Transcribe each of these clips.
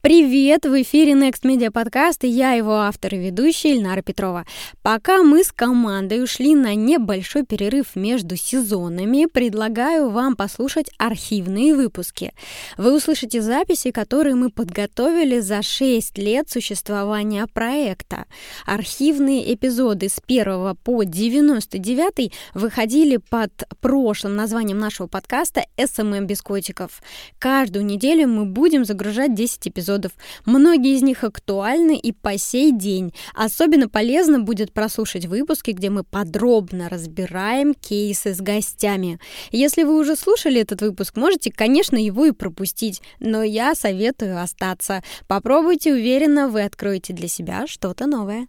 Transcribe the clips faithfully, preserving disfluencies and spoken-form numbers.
Привет! В эфире Next Media подкаст, и я его автор и ведущая Ильнара Петрова. Пока мы с командой ушли на небольшой перерыв между сезонами, предлагаю вам послушать архивные выпуски. Вы услышите записи, которые мы подготовили за шесть лет существования проекта. Архивные эпизоды с первого по девяносто девятый выходили под прошлым названием нашего подкаста «эс эм эм без котиков». Каждую неделю мы будем загружать десять эпизодов. Многие из них актуальны и по сей день. Особенно полезно будет прослушать выпуски, где мы подробно разбираем кейсы с гостями. Если вы уже слушали этот выпуск, можете, конечно, его и пропустить, но я советую остаться. Попробуйте, уверенно, вы откроете для себя что-то новое.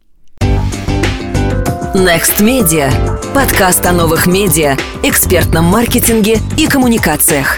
Next Media. Подкаст о новых медиа, экспертном маркетинге и коммуникациях.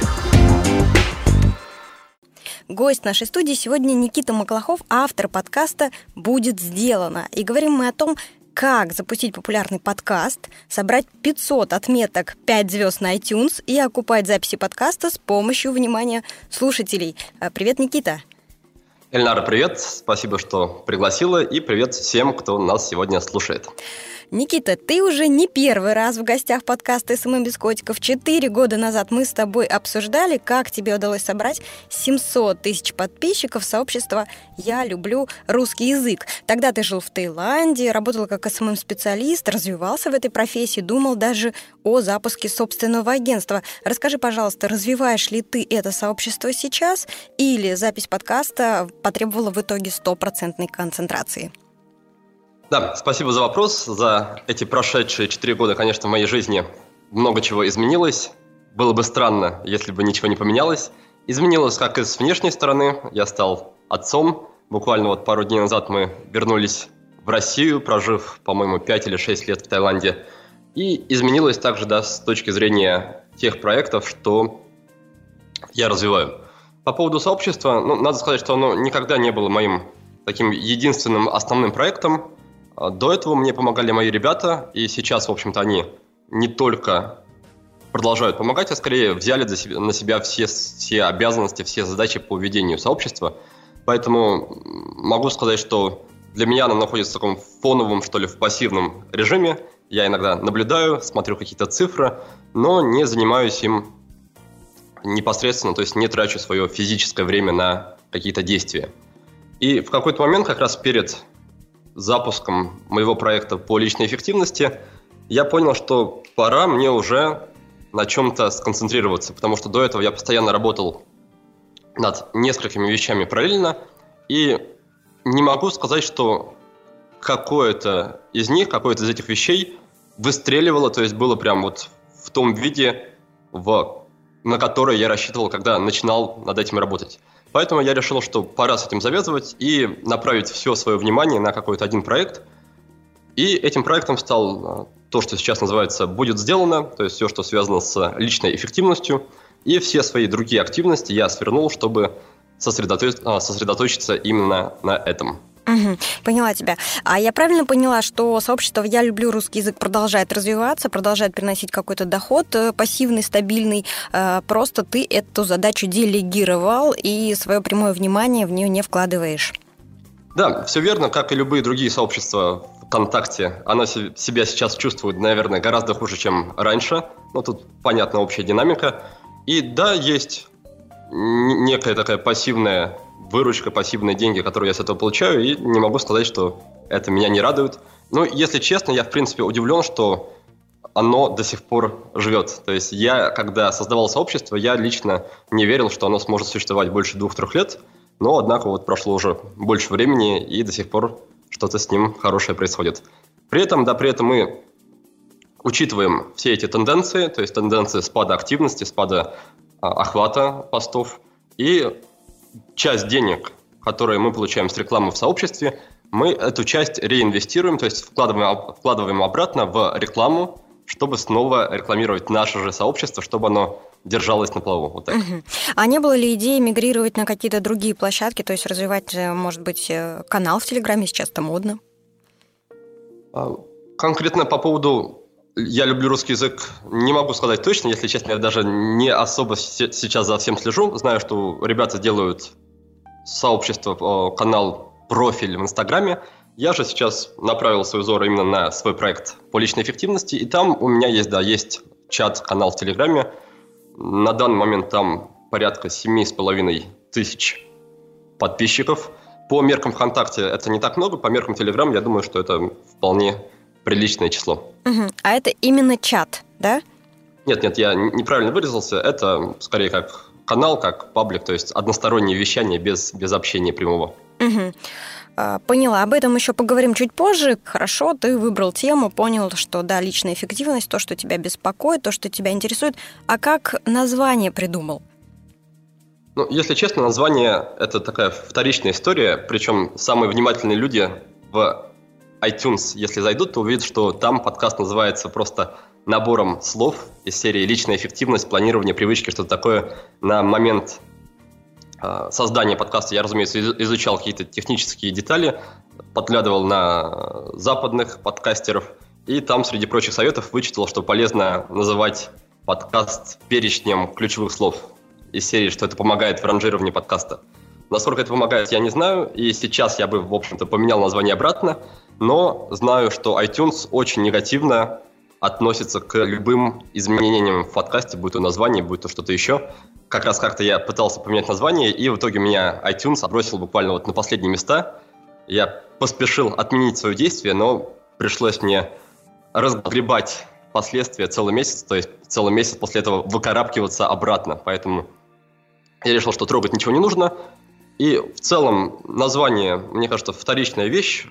Гость нашей студии сегодня Никита Маклахов, автор подкаста «Будет сделано». И говорим мы о том, как запустить популярный подкаст, собрать пятьсот отметок пять звезд на iTunes и окупать записи подкаста с помощью внимания слушателей. Привет, Никита. Эльнара, привет. Спасибо, что пригласила. И привет всем, кто нас сегодня слушает. Никита, ты уже не первый раз в гостях подкаста «эс эм эм без котиков». Четыре года назад мы с тобой обсуждали, как тебе удалось собрать семьсот тысяч подписчиков сообщества «Я люблю русский язык». Тогда ты жил в Таиланде, работал как эс эм эм-специалист, развивался в этой профессии, думал даже о запуске собственного агентства. Расскажи, пожалуйста, развиваешь ли ты это сообщество сейчас или запись подкаста потребовала в итоге стопроцентной концентрации? Да, спасибо за вопрос. За эти прошедшие четыре года, конечно, в моей жизни много чего изменилось. Было бы странно, если бы ничего не поменялось. Изменилось как и с внешней стороны. Я стал отцом. Буквально вот пару дней назад мы вернулись в Россию, прожив, по-моему, пять или шесть лет в Таиланде. И изменилось также, да, с точки зрения тех проектов, что я развиваю. По поводу сообщества, ну, надо сказать, что оно никогда не было моим таким единственным основным проектом. До этого мне помогали мои ребята, и сейчас, в общем-то, они не только продолжают помогать, а скорее взяли за себя, на себя все, все обязанности, все задачи по ведению сообщества. Поэтому могу сказать, что для меня оно находится в таком фоновом, что ли, в пассивном режиме. Я иногда наблюдаю, смотрю какие-то цифры, но не занимаюсь им непосредственно, то есть не трачу свое физическое время на какие-то действия. И в какой-то момент, как раз перед запуском моего проекта по личной эффективности, я понял, что пора мне уже на чем-то сконцентрироваться, потому что до этого я постоянно работал над несколькими вещами параллельно, и не могу сказать, что какое-то из них, какое-то из этих вещей выстреливало, то есть было прям вот в том виде, в, на которое я рассчитывал, когда начинал над этим работать. Поэтому я решил, что пора с этим завязывать и направить все свое внимание на какой-то один проект. И этим проектом стал то, что сейчас называется «Будет сделано», то есть все, что связано с личной эффективностью. И все свои другие активности я свернул, чтобы сосредоточиться, сосредоточиться именно на этом. Угу, поняла тебя. А я правильно поняла, что сообщество «Я люблю русский язык» продолжает развиваться, продолжает приносить какой-то доход пассивный, стабильный, просто ты эту задачу делегировал и свое прямое внимание в нее не вкладываешь? Да, все верно, как и любые другие сообщества ВКонтакте. Оно себя сейчас чувствует, наверное, гораздо хуже, чем раньше, но тут понятна общая динамика. И да, есть некая такая пассивная выручка, пассивные деньги, которые я с этого получаю, и не могу сказать, что это меня не радует. Но, если честно, я, в принципе, удивлен, что оно до сих пор живет. То есть я, когда создавал сообщество, я лично не верил, что оно сможет существовать больше двух-трех лет, но, однако, вот прошло уже больше времени, и до сих пор что-то с ним хорошее происходит. При этом, да, при этом мы учитываем все эти тенденции, то есть тенденции спада активности, спада а, охвата постов, и часть денег, которые мы получаем с рекламы в сообществе, мы эту часть реинвестируем, то есть вкладываем, вкладываем обратно в рекламу, чтобы снова рекламировать наше же сообщество, чтобы оно держалось на плаву. Вот так. Угу. А не было ли идеи мигрировать на какие-то другие площадки, то есть развивать, может быть, канал в Телеграме, сейчас это модно? Конкретно по поводу «Я люблю русский язык» не могу сказать точно, если честно, я даже не особо сейчас за всем слежу. Знаю, что ребята делают сообщество, канал, профиль в Инстаграме. Я же сейчас направил свой взор именно на свой проект по личной эффективности, и там у меня есть, да, есть чат-канал в Телеграме. На данный момент там порядка семь с половиной тысяч подписчиков. По меркам ВКонтакте это не так много, по меркам Телеграм я думаю, что это вполне приличное число. Угу. А это именно чат, да? Нет, нет, я неправильно выразился. Это скорее как канал, как паблик, то есть одностороннее вещание без, без общения прямого. Угу. Поняла, об этом еще поговорим чуть позже. Хорошо, ты выбрал тему, понял, что да, личная эффективность, то, что тебя беспокоит, то, что тебя интересует. А как название придумал? Ну, если честно, название – это такая вторичная история, причем самые внимательные люди в iTunes, если зайдут, то увидят, что там подкаст называется просто набором слов из серии «Личная эффективность», «Планирование», «Привычки», что-то такое. На момент э, создания подкаста я, разумеется, изучал какие-то технические детали, подглядывал на западных подкастеров, и там, среди прочих советов, вычитал, что полезно называть подкаст перечнем ключевых слов из серии, что это помогает в ранжировании подкаста. Насколько это помогает, я не знаю, и сейчас я бы, в общем-то, поменял название обратно, но знаю, что iTunes очень негативно относится к любым изменениям в подкасте, будь то название, будь то что-то еще. Как раз как-то я пытался поменять название, и в итоге меня iTunes отбросил буквально вот на последние места. Я поспешил отменить свое действие, но пришлось мне разгребать последствия целый месяц, то есть целый месяц после этого выкарабкиваться обратно, поэтому я решил, что трогать ничего не нужно. И в целом название, мне кажется, вторичная вещь.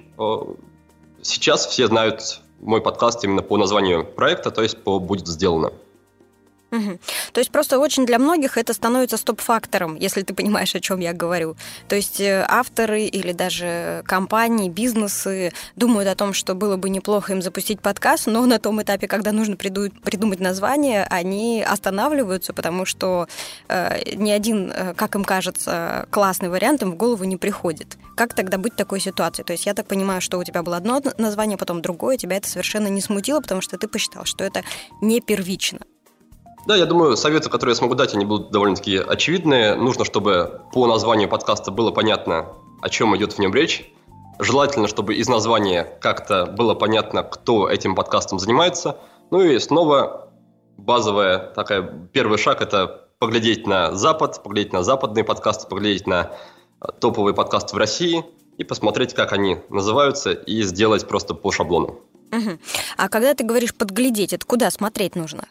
Сейчас все знают мой подкаст именно по названию проекта, то есть по «Будет сделано». Угу. То есть просто очень для многих это становится стоп-фактором, если ты понимаешь, о чем я говорю. То есть авторы или даже компании, бизнесы думают о том, что было бы неплохо им запустить подкаст, но на том этапе, когда нужно придумать название, они останавливаются, потому что э, ни один, как им кажется, классный вариант им в голову не приходит. Как тогда быть в такой ситуации? То есть я так понимаю, что у тебя было одно название, потом другое, тебя это совершенно не смутило, потому что ты посчитал, что это не первично. Да, я думаю, советы, которые я смогу дать, они будут довольно-таки очевидные. Нужно, чтобы по названию подкаста было понятно, о чем идет в нем речь. Желательно, чтобы из названия как-то было понятно, кто этим подкастом занимается. Ну и снова базовая такая, первый шаг – это поглядеть на Запад, поглядеть на западные подкасты, поглядеть на топовые подкасты в России и посмотреть, как они называются, и сделать просто по шаблону. Угу. А когда ты говоришь «подглядеть», это куда смотреть нужно?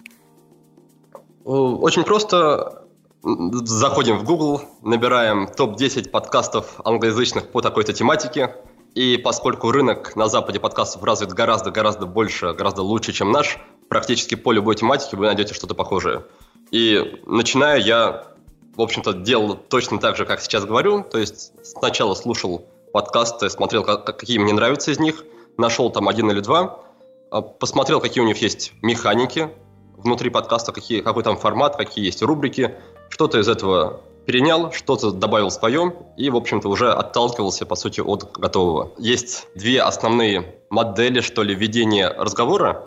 Очень просто. Заходим в Google, набираем топ десять подкастов англоязычных по такой-то тематике. И поскольку рынок на Западе подкастов развит гораздо-гораздо больше, гораздо лучше, чем наш, практически по любой тематике вы найдете что-то похожее. И начиная, я, в общем-то, делал точно так же, как сейчас говорю. То есть сначала слушал подкасты, смотрел, какие мне нравятся из них, нашел там один или два, посмотрел, какие у них есть механики внутри подкаста, какие, какой там формат, какие есть рубрики, что-то из этого перенял, что-то добавил свое и, в общем-то, уже отталкивался, по сути, от готового. Есть две основные модели, что ли, ведения разговора.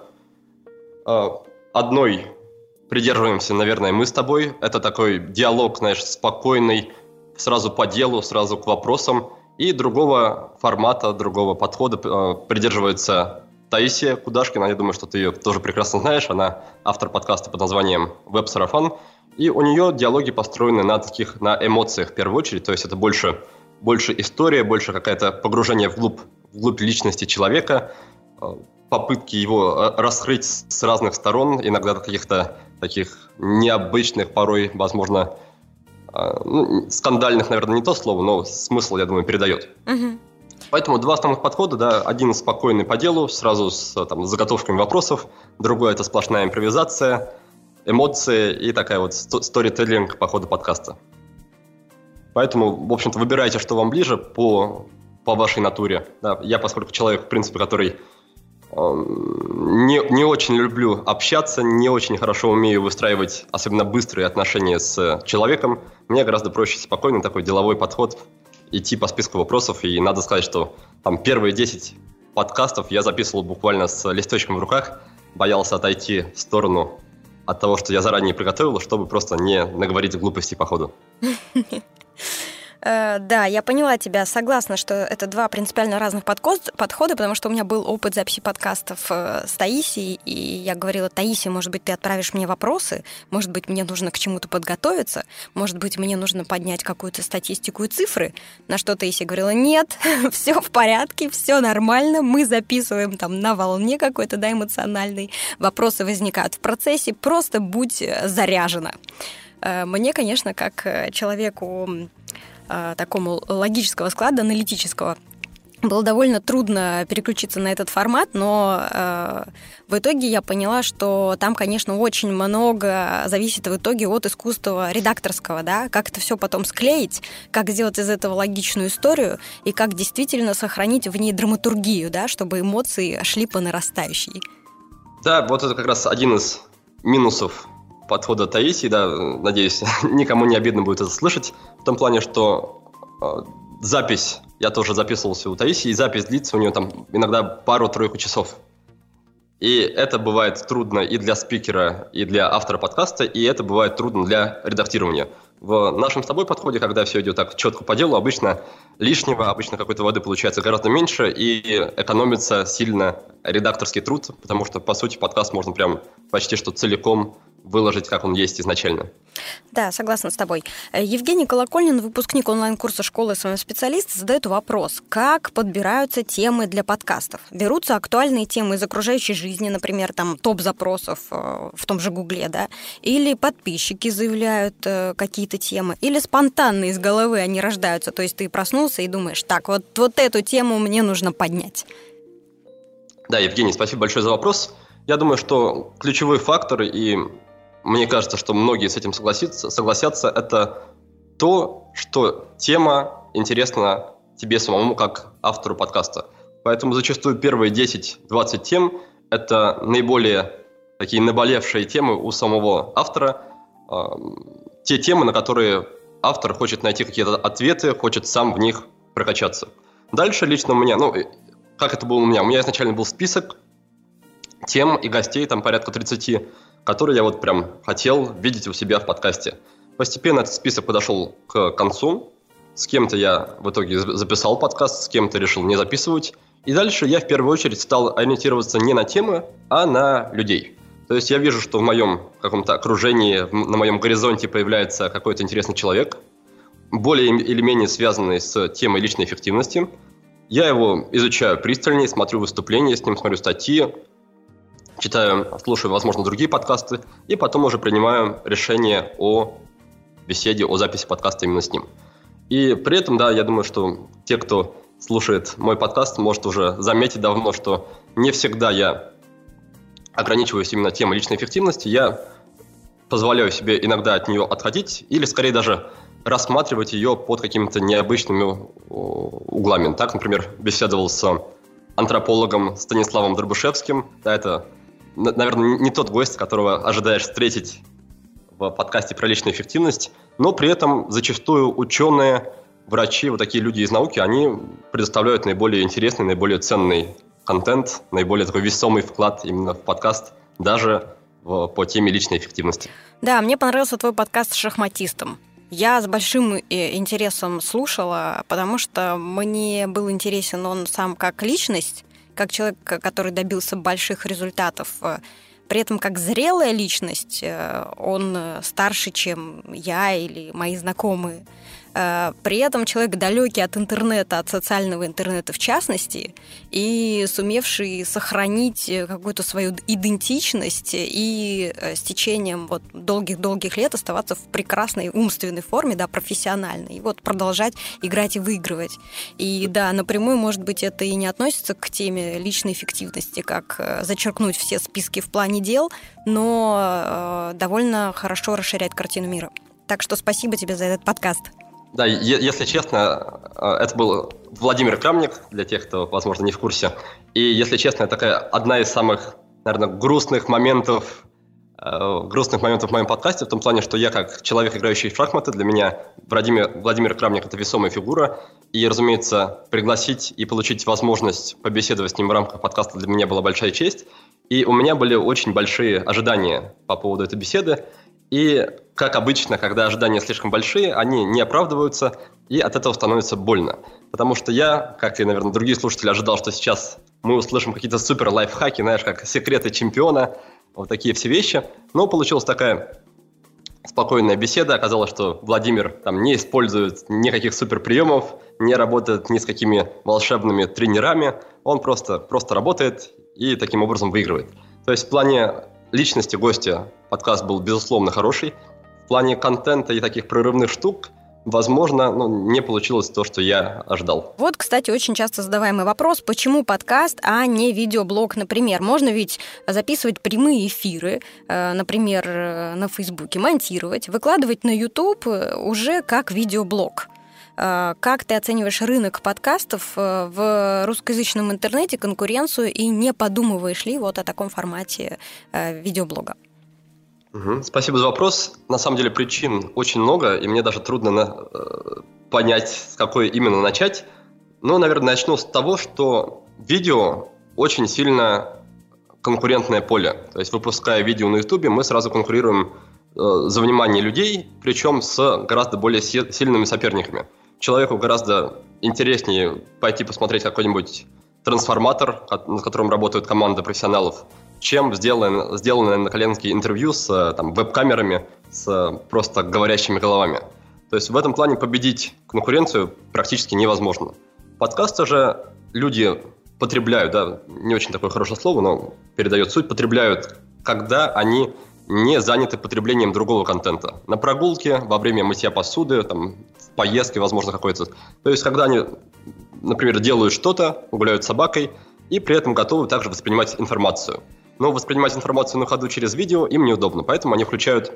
Одной придерживаемся, наверное, мы с тобой. Это такой диалог, знаешь, спокойный, сразу по делу, сразу к вопросам. И другого формата, другого подхода придерживается Таисия Кудашкина, я думаю, что ты ее тоже прекрасно знаешь, она автор подкаста под названием «Веб-сарафан», и у нее диалоги построены на таких, на эмоциях в первую очередь, то есть это больше, больше история, больше какое-то погружение вглубь, вглубь личности человека, попытки его раскрыть с разных сторон, иногда каких-то таких необычных, порой, возможно, ну, скандальных, наверное, не то слово, но смысл, я думаю, передает. Угу. Поэтому два основных подхода, да, один спокойный по делу, сразу с там, заготовками вопросов, другой это сплошная импровизация, эмоции и такая вот сторителлинг по ходу подкаста. Поэтому, в общем-то, выбирайте, что вам ближе по, по вашей натуре. Да, я, поскольку человек, в принципе, который э, не, не очень люблю общаться, не очень хорошо умею выстраивать, особенно быстрые отношения с человеком, мне гораздо проще спокойный такой деловой подход идти по списку вопросов, и надо сказать, что там первые десять подкастов я записывал буквально с листочком в руках, боялся отойти в сторону от того, что я заранее приготовил, чтобы просто не наговорить глупостей по ходу. Э, да, я поняла тебя. Согласна, что это два принципиально разных подкост, подхода, потому что у меня был опыт записи подкастов э, с Таисией, и я говорила: Таисия, может быть, ты отправишь мне вопросы, может быть, мне нужно к чему-то подготовиться, может быть, мне нужно поднять какую-то статистику и цифры. На что Таисия говорила: нет, все в порядке, все нормально, мы записываем там на волне какой-то, да, эмоциональной, вопросы возникают в процессе, просто будь заряжена. Э, мне, конечно, как человеку такому логического склада, аналитического, было довольно трудно переключиться на этот формат, но э, в итоге я поняла, что там, конечно, очень много зависит в итоге от искусства редакторского, да, как это все потом склеить, как сделать из этого логичную историю и как действительно сохранить в ней драматургию, да, чтобы эмоции шли по нарастающей. Да, вот это как раз один из минусов подхода Таисии, да, надеюсь, никому не обидно будет это слышать, в том плане, что э, запись, я тоже записывался у Таисии, и запись длится у нее там иногда пару-тройку часов. И это бывает трудно и для спикера, и для автора подкаста, и это бывает трудно для редактирования. В нашем с тобой подходе, когда все идет так четко по делу, обычно лишнего, обычно какой-то воды получается гораздо меньше, и экономится сильно редакторский труд, потому что, по сути, подкаст можно прям почти что целиком выложить, как он есть изначально. Да, согласна с тобой. Евгений Колокольнин, выпускник онлайн-курса школы «СММ специалист», задает вопрос: как подбираются темы для подкастов? Берутся актуальные темы из окружающей жизни, например, там топ-запросов в том же Гугле, да? Или подписчики заявляют какие-то темы? Или спонтанно из головы они рождаются? То есть ты проснулся и думаешь: так, вот, вот эту тему мне нужно поднять. Да, Евгений, спасибо большое за вопрос. Я думаю, что ключевой фактор, и мне кажется, что многие с этим согласятся, согласятся, это то, что тема интересна тебе самому как автору подкаста. Поэтому зачастую первые десять-двадцать тем – это наиболее такие наболевшие темы у самого автора, э, те темы, на которые автор хочет найти какие-то ответы, хочет сам в них прокачаться. Дальше лично у меня, ну, как это было у меня? У меня изначально был список тем и гостей, там порядка тридцати, которые я вот прям хотел видеть у себя в подкасте. Постепенно этот список подошел к концу. С кем-то я в итоге записал подкаст, с кем-то решил не записывать. И дальше я в первую очередь стал ориентироваться не на темы, а на людей. То есть я вижу, что в моем каком-то окружении, на моем горизонте появляется какой-то интересный человек, более или менее связанный с темой личной эффективности. Я его изучаю пристальнее, смотрю выступления с ним, смотрю статьи, читаю, слушаю, возможно, другие подкасты, и потом уже принимаю решение о беседе, о записи подкаста именно с ним. И при этом, да, я думаю, что те, кто слушает мой подкаст, может уже заметить давно, что не всегда я ограничиваюсь именно темой личной эффективности, я позволяю себе иногда от нее отходить или, скорее, даже рассматривать ее под какими-то необычными углами. Так, например, беседовал с антропологом Станиславом Дробышевским. Да, это, наверное, не тот гость, которого ожидаешь встретить в подкасте про личную эффективность, но при этом зачастую ученые, врачи, вот такие люди из науки, они предоставляют наиболее интересный, наиболее ценный контент, наиболее такой весомый вклад именно в подкаст, даже в, по теме личной эффективности. Да, мне понравился твой подкаст с шахматистом. Я с большим интересом слушала, потому что мне был интересен он сам как личность, как человек, который добился больших результатов. При этом как зрелая личность, он старше, чем я или мои знакомые. При этом человек далекий от интернета, от социального интернета в частности, и сумевший сохранить какую-то свою идентичность и с течением вот долгих-долгих лет оставаться в прекрасной умственной форме, да, профессиональной, и вот продолжать играть и выигрывать. И да, напрямую, может быть, это и не относится к теме личной эффективности, как зачеркнуть все списки в плане дел, но довольно хорошо расширяет картину мира. Так что спасибо тебе за этот подкаст. Да, если честно, это был Владимир Крамник, для тех, кто, возможно, не в курсе. И, если честно, это такая одна из самых, наверное, грустных моментов, грустных моментов в моем подкасте, в том плане, что я, как человек, играющий в шахматы, для меня Владимир, Владимир Крамник – это весомая фигура. И, разумеется, пригласить и получить возможность побеседовать с ним в рамках подкаста для меня была большая честь. И у меня были очень большие ожидания по поводу этой беседы. И, как обычно, когда ожидания слишком большие, они не оправдываются, и от этого становится больно. Потому что я, как и, наверное, другие слушатели, ожидал, что сейчас мы услышим какие-то супер лайфхаки, знаешь, как секреты чемпиона, вот такие все вещи. Но получилась такая спокойная беседа. Оказалось, что Владимир там не использует никаких суперприемов, не работает ни с какими волшебными тренерами. Он просто, просто работает и таким образом выигрывает. То есть в плане личности гостя подкаст был, безусловно, хороший. В плане контента и таких прорывных штук, возможно, ну, не получилось то, что я ожидал. Вот, кстати, очень часто задаваемый вопрос, почему подкаст, а не видеоблог, например. Можно ведь записывать прямые эфиры, например, на Фейсбуке, монтировать, выкладывать на YouTube уже как видеоблог. Как ты оцениваешь рынок подкастов в русскоязычном интернете, конкуренцию, и не подумываешь ли вот о таком формате видеоблога? Угу. Спасибо за вопрос. На самом деле причин очень много, и мне даже трудно на, э, понять, с какой именно начать. Но, наверное, начну с того, что видео очень сильно конкурентное поле. То есть, выпуская видео на YouTube, мы сразу конкурируем э, за внимание людей, причем с гораздо более си- сильными соперниками. Человеку гораздо интереснее пойти посмотреть какой-нибудь трансформатор, над которым работает команда профессионалов, чем сделанное, сделанное на коленке интервью с там, веб-камерами, с просто говорящими головами. То есть в этом плане победить конкуренцию практически невозможно. Подкасты же люди потребляют, да, не очень такое хорошее слово, но передает суть, потребляют, когда они не заняты потреблением другого контента. На прогулке, во время мытья посуды, там, в поездке, возможно, какой-то. То есть когда они, например, делают что-то, гуляют с собакой, и при этом готовы также воспринимать информацию. Но воспринимать информацию на ходу через видео им неудобно, поэтому они включают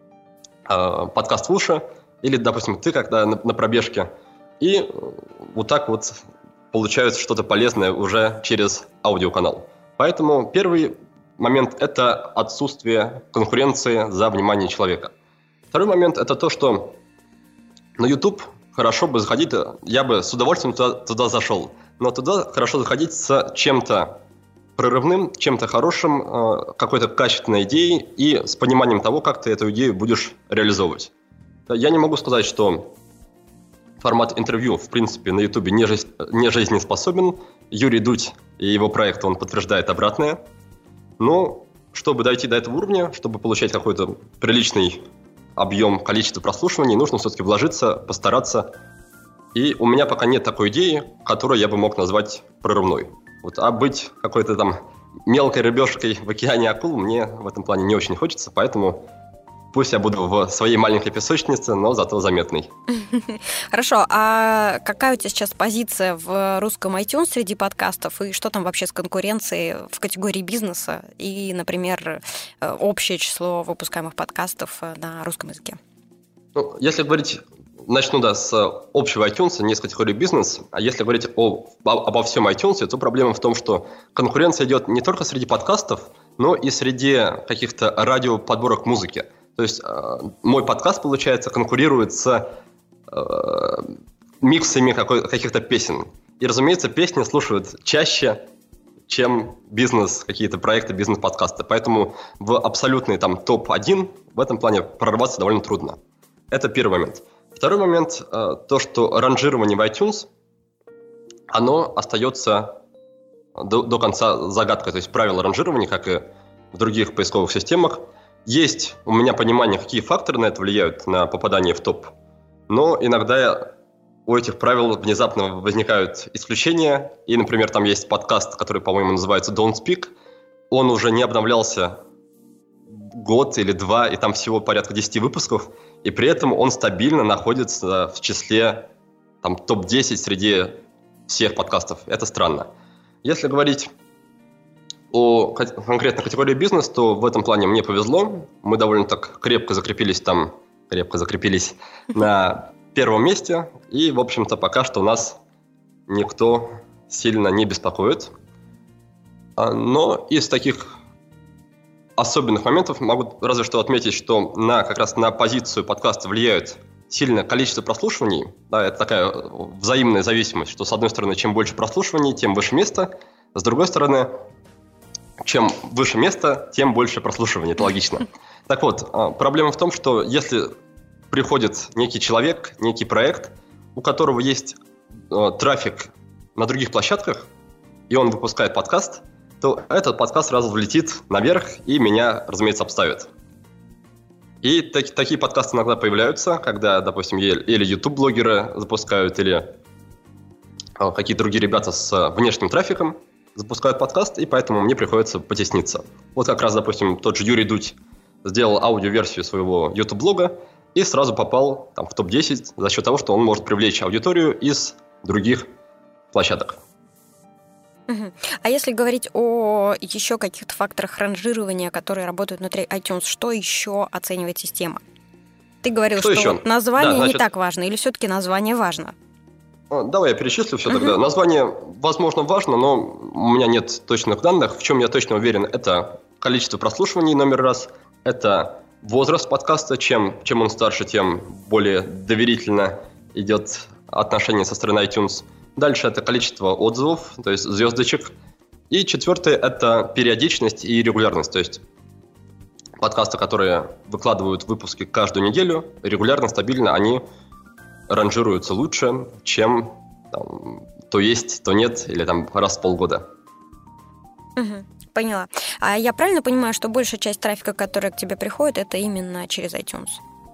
э, подкаст в уши, или, допустим, ты когда на, на пробежке, и вот так вот получают что-то полезное уже через аудиоканал. Поэтому первый момент – это отсутствие конкуренции за внимание человека. Второй момент – это то, что на YouTube хорошо бы заходить, я бы с удовольствием туда, туда зашел, но туда хорошо заходить с чем-то прорывным, чем-то хорошим, какой-то качественной идеей и с пониманием того, как ты эту идею будешь реализовывать. Я не могу сказать, что формат интервью, в принципе, на Ютубе не, жизнь, не жизнеспособен. Юрий Дудь и его проект, он подтверждает обратное. Но чтобы дойти до этого уровня, чтобы получать какой-то приличный объем, количество прослушиваний, нужно все-таки вложиться, постараться. И у меня пока нет такой идеи, которую я бы мог назвать прорывной. Вот, а быть какой-то там мелкой рыбешкой в океане акул мне в этом плане не очень хочется, поэтому пусть я буду в своей маленькой песочнице, но зато заметной. Хорошо, а какая у тебя сейчас позиция в русском iTunes среди подкастов, и что там вообще с конкуренцией в категории бизнеса и, например, общее число выпускаемых подкастов на русском языке? Ну, если говорить... Начну, да, с общего iTunes, не с категории бизнес. А если говорить о, обо всем iTunes, то проблема в том, что конкуренция идет не только среди подкастов, но и среди каких-то радиоподборок музыки. То есть э, мой подкаст, получается, конкурирует с э, миксами какой- каких-то песен. И, разумеется, песни слушают чаще, чем бизнес, какие-то проекты, бизнес-подкасты. Поэтому в абсолютный там топ один в этом плане прорваться довольно трудно. Это первый момент. Второй момент, то, что ранжирование в iTunes, оно остается до, до конца загадкой. То есть правила ранжирования, как и в других поисковых системах. Есть у меня понимание, какие факторы на это влияют, на попадание в топ. Но иногда у этих правил внезапно возникают исключения. И, например, там есть подкаст, который, по-моему, называется Don't Speak. Он уже не обновлялся год или два, и там всего порядка десять выпусков, и при этом он стабильно находится в числе там, топ десять среди всех подкастов. Это странно. Если говорить о конкретной категории бизнес, то в этом плане мне повезло. Мы довольно так крепко закрепились там, крепко закрепились на первом месте, и, в общем-то, пока что нас никто сильно не беспокоит. Но из таких особенных моментов могу разве что отметить, что на, как раз на позицию подкаста влияет сильное количество прослушиваний. Да, это такая взаимная зависимость, что с одной стороны, чем больше прослушиваний, тем выше место. С другой стороны, чем выше место, тем больше прослушиваний. Это логично. Так вот, проблема в том, что если приходит некий человек, некий проект, у которого есть трафик на других площадках, и он выпускает подкаст, то этот подкаст сразу влетит наверх и меня, разумеется, обставит. И так, такие подкасты иногда появляются, когда, допустим, или YouTube-блогеры запускают, или какие-то другие ребята с внешним трафиком запускают подкаст, и поэтому мне приходится потесниться. Вот как раз, допустим, тот же Юрий Дудь сделал аудиоверсию своего YouTube-блога и сразу попал там, в топ десять за счет того, что он может привлечь аудиторию из других площадок. Uh-huh. А если говорить о еще каких-то факторах ранжирования, которые работают внутри iTunes, что еще оценивает система? Ты говорил, что, что название да, значит... не так важно, или все-таки название важно? Давай я перечислю все uh-huh. тогда. Название, возможно, важно, но у меня нет точных данных. В чем я точно уверен, это количество прослушиваний, номер раз, это возраст подкаста. Чем, чем он старше, тем более доверительно идет отношение со стороны iTunes. Дальше это количество отзывов, то есть звездочек. И четвертое – это периодичность и регулярность. То есть подкасты, которые выкладывают выпуски каждую неделю, регулярно, стабильно, они ранжируются лучше, чем там, то есть, то нет, или там раз в полгода. Угу, поняла. А я правильно понимаю, что большая часть трафика, который к тебе приходит, это именно через iTunes?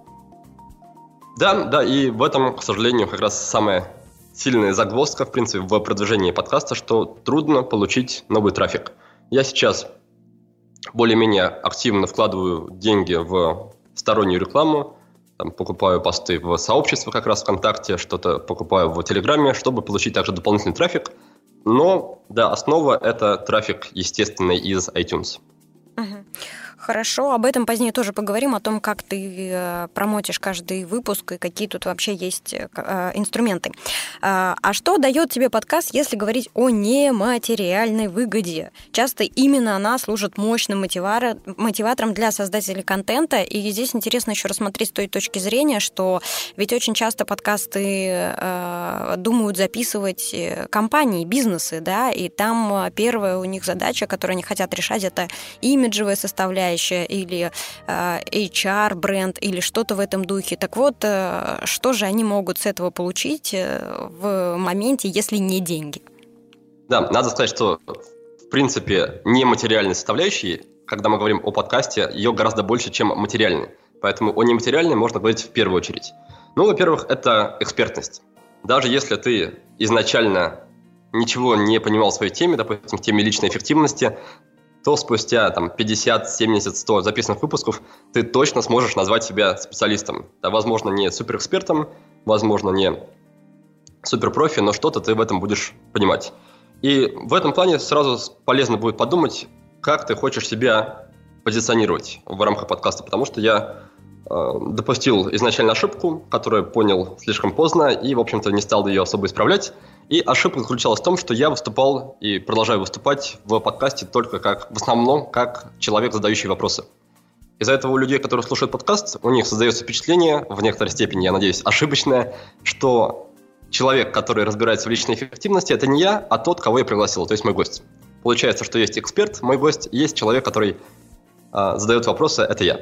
Да, да, и в этом, к сожалению, как раз самое... сильная загвоздка, в принципе, в продвижении подкаста, что трудно получить новый трафик. Я сейчас более-менее активно вкладываю деньги в стороннюю рекламу, там, покупаю посты в сообществе как раз ВКонтакте, что-то покупаю в Телеграме, чтобы получить также дополнительный трафик. Но, да, основа – это трафик естественный из iTunes. Угу. Хорошо, об этом позднее тоже поговорим, о том, как ты э, промотишь каждый выпуск и какие тут вообще есть э, инструменты. А, а что дает тебе подкаст, если говорить о нематериальной выгоде? Часто именно она служит мощным мотивара, мотиватором для создателей контента, и здесь интересно еще рассмотреть с той точки зрения, что ведь очень часто подкасты э, думают записывать компании, бизнесы, да, и там первая у них задача, которую они хотят решать, это имиджевая составляющая, или э, эйч ар, бренд, или что-то в этом духе. Так вот, э, что же они могут с этого получить э, в моменте, если не деньги? Да, надо сказать, что, в принципе, нематериальной составляющей, когда мы говорим о подкасте, ее гораздо больше, чем материальной. Поэтому о нематериальной можно говорить в первую очередь. Ну, во-первых, это экспертность. Даже если ты изначально ничего не понимал в своей теме, допустим, в теме личной эффективности, то спустя там, пятьдесят, семьдесят, сто записанных выпусков ты точно сможешь назвать себя специалистом. Да, возможно, не суперэкспертом, возможно, не суперпрофи, но что-то ты в этом будешь понимать. И в этом плане сразу полезно будет подумать, как ты хочешь себя позиционировать в рамках подкаста, потому что я э, допустил изначально ошибку, которую понял слишком поздно и, в общем-то, не стал ее особо исправлять. И ошибка заключалась в том, что я выступал и продолжаю выступать в подкасте только как, в основном, как человек, задающий вопросы. Из-за этого у людей, которые слушают подкаст, у них создается впечатление, в некоторой степени, я надеюсь, ошибочное, что человек, который разбирается в личной эффективности, это не я, а тот, кого я пригласил, то есть мой гость. Получается, что есть эксперт, мой гость, есть человек, который э, задает вопросы, это я.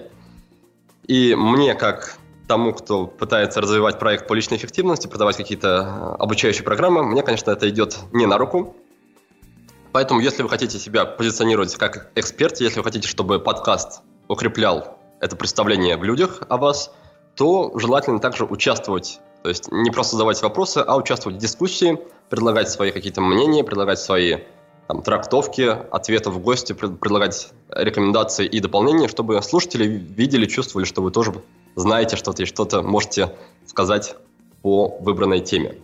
И мне, как тому, кто пытается развивать проект по личной эффективности, продавать какие-то обучающие программы, мне, конечно, это идет не на руку. Поэтому, если вы хотите себя позиционировать как эксперт, если вы хотите, чтобы подкаст укреплял это представление в людях о вас, то желательно также участвовать, то есть не просто задавать вопросы, а участвовать в дискуссии, предлагать свои какие-то мнения, предлагать свои там, трактовки, ответы в гости, предлагать рекомендации и дополнения, чтобы слушатели видели, чувствовали, что вы тоже знаете что-то и что-то можете сказать по выбранной теме.